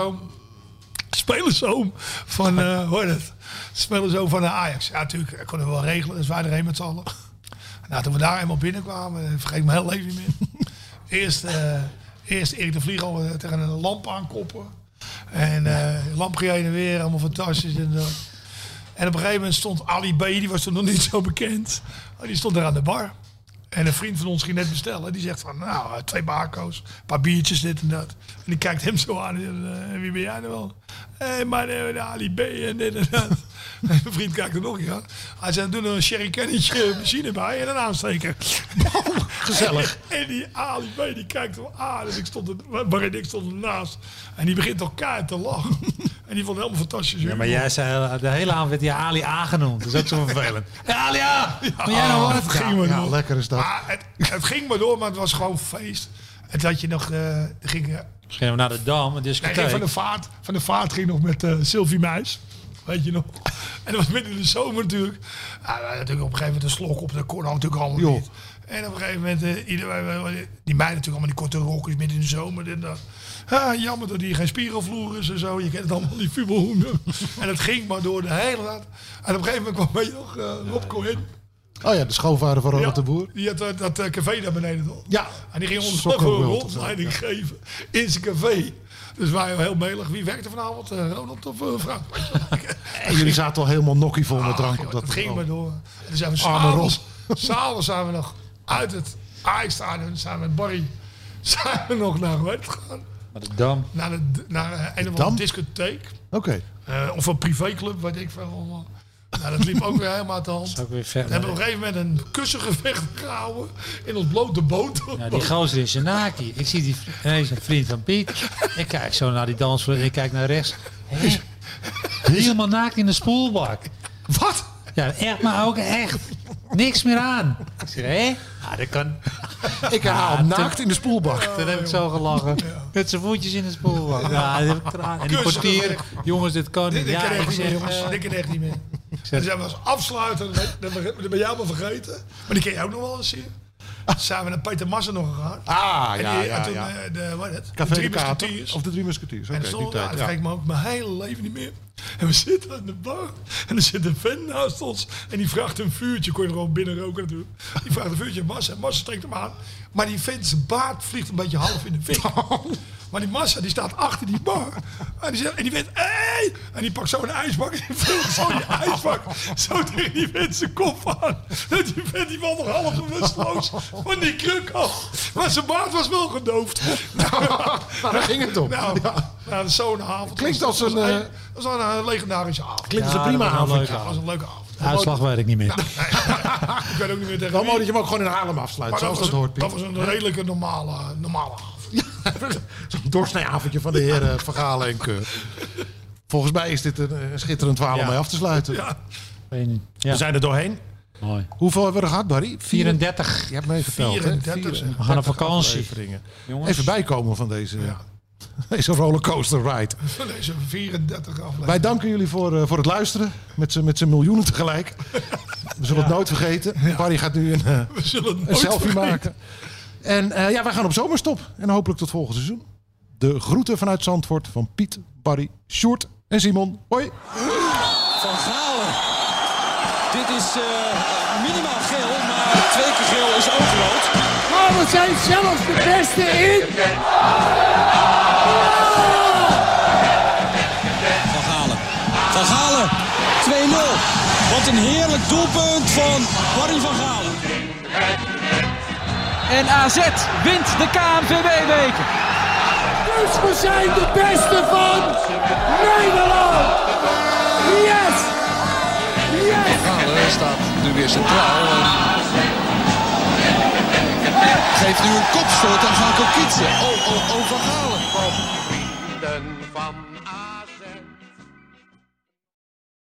spelerzoom van, hoor het? Spelerzoom van de Ajax. Ja, natuurlijk, dat konden we wel regelen. Dus wij erheen met z'n allen. Nou, toen we daar eenmaal binnenkwamen, vergeet mijn hele leven niet meer. Eerst Erik de Vlieger al tegen een lamp aankoppen. En lamp ging heen en weer, allemaal fantastisch. En op een gegeven moment stond Ali B, die was toen nog niet zo bekend. Die stond daar aan de bar. En een vriend van ons ging net bestellen. Die zegt van, nou, 2 bako's, een paar biertjes, dit en dat. En die kijkt hem zo aan. En wie ben jij nou wel? Hé, maar Ali B en dit en dat. En mijn vriend kijkt er nog een keer aan. Hij zei, doe er een sherry cannetje machine bij en een aansteker. Gezellig. En die Ali B, die kijkt hem aan. En ik stond ernaast. En die begint al keihard te lachen. En die vond het helemaal fantastisch. Ja, maar jij zei, de hele avond werd hij Ali A genoemd. Dat is ook zo vervelend. Ja, Ali A! Maar jij nou het ging maar door. Lekker is dat. Maar het ging maar door, maar het was gewoon feest. En dat je nog ging... Misschien we naar de Dam, een discotheek. Van de vaart ging nog met Sylvie Meis. Weet je nog? En dat was midden in de zomer natuurlijk. Ja, natuurlijk op een gegeven moment een slok op. Dat kon natuurlijk allemaal niet. En op een gegeven moment, die meiden natuurlijk allemaal die korte rokjes midden in de zomer. En dat. Jammer dat die geen spiegelvloer is en zo. Je kent het allemaal, die fubelhoenden. En het ging maar door de hele raad. En op een gegeven moment kwam, weet je nog, Rob Cohen. Oh ja, de schoonvader van Ronald de Boer. Die had dat café daar beneden toch? Ja. En die ging ons nog een rondleiding geven in zijn café. Dus wij waren heel melig. Wie werkte vanavond? Ronald of Frank? En jullie zaten al helemaal nokkie vol met drank. Op dat ging maar door. En toen zijn we s'avonds zijn we nog uit het Ajax-stadion. Zijn we met Barry zijn we nog naar het gegaan. Naar de Dam. Naar een of andere discotheek. Oké. Of een privéclub, weet ik veel allemaal. Nou, dat liep ook weer helemaal uit de hand. We hebben op een gegeven moment een kussengevecht gehouden in ons blote boot. Ja, die gozer is een naki. Ik zie ineens een vriend van Piet. Ik kijk zo naar die dansvloer. Ik kijk naar rechts. Hey, helemaal naakt in de spoelbak. Wat? Ja, echt, maar ook echt. Niks meer aan. Ik zeg, hé? Ah, dat kan. Ik haal naakt in de spoelbak. Toen heb ik zo gelachen. Ja. Met zijn voetjes in de spoelbak. Ja, en die portier. Jongens, dit kan niet. Dit kan echt niet meer, jongens. Dit kan echt niet meer. Dan zijn we als afsluiten. Dat ben jij allemaal vergeten. Maar die ken je ook nog wel eens zien. Zijn we naar Peter Massa nog gegaan. Café de Kater. Of de 3 Musketiers. En dat ga ik me ook mijn hele leven niet meer. En we zitten aan de bar. En er zit een vent naast ons. En die vraagt een vuurtje. Kon je er gewoon binnen roken natuurlijk. Die vraagt een vuurtje aan Massa. En Massa steekt hem aan. Maar die vent zijn baard vliegt een beetje half in de fik. Maar die Massa die staat achter die bar. En die weet, hey! En die pakt zo een ijsbak. En die vult zo die ijsbak zo tegen die vent zijn kop aan. Dat die vent die valt nog half bewusteloos van die kruk af. Maar zijn baard was wel gedoofd. Nou, daar ging het om. Nou, dat is zo'n avond. Klinkt als een... Dat was een legendarische avond. Klinkt als een prima avond. Ja, dat was een leuke avond. Uitslag weet ik niet meer. Ik weet ook niet meer tegen Wel wie. mooi dat je hem ook gewoon in Haarlem afsluit. Zoals dat hoort, Piet. Dat was een redelijke normale avond. Zo'n doorsnijavondje van de heren Van Gaalen en Keur. Volgens mij is dit een schitterend verhaal om mee af te sluiten. Ja. We zijn er doorheen. Mooi. Hoeveel hebben we er gehad, Barry? 34. Je hebt meegeteld, 34. We gaan op vakantie. Jongens. Even bijkomen van deze rollercoaster ride. Deze 34 afleveringen. Wij danken jullie voor het luisteren. Met z'n miljoenen tegelijk. We zullen het nooit vergeten. Barry gaat nu een selfie maken. En wij gaan op zomerstop. En hopelijk tot volgend seizoen. De groeten vanuit Zandvoort van Piet, Barry, Sjoerd en Simon. Hoi. Van Galen. Dit is minimaal geel, maar 2 keer geel is ook rood. Maar we zijn zelfs de beste in. Van Galen. Van Galen. 2-0. Wat een heerlijk doelpunt van Barry van Galen. En AZ wint de KNVB-beker. Dus we zijn de beste van Nederland. Yes. Yes. Galen staat nu weer centraal. Geeft nu een kopstoot aan Van Kokitsen. Van Galen. Vrienden van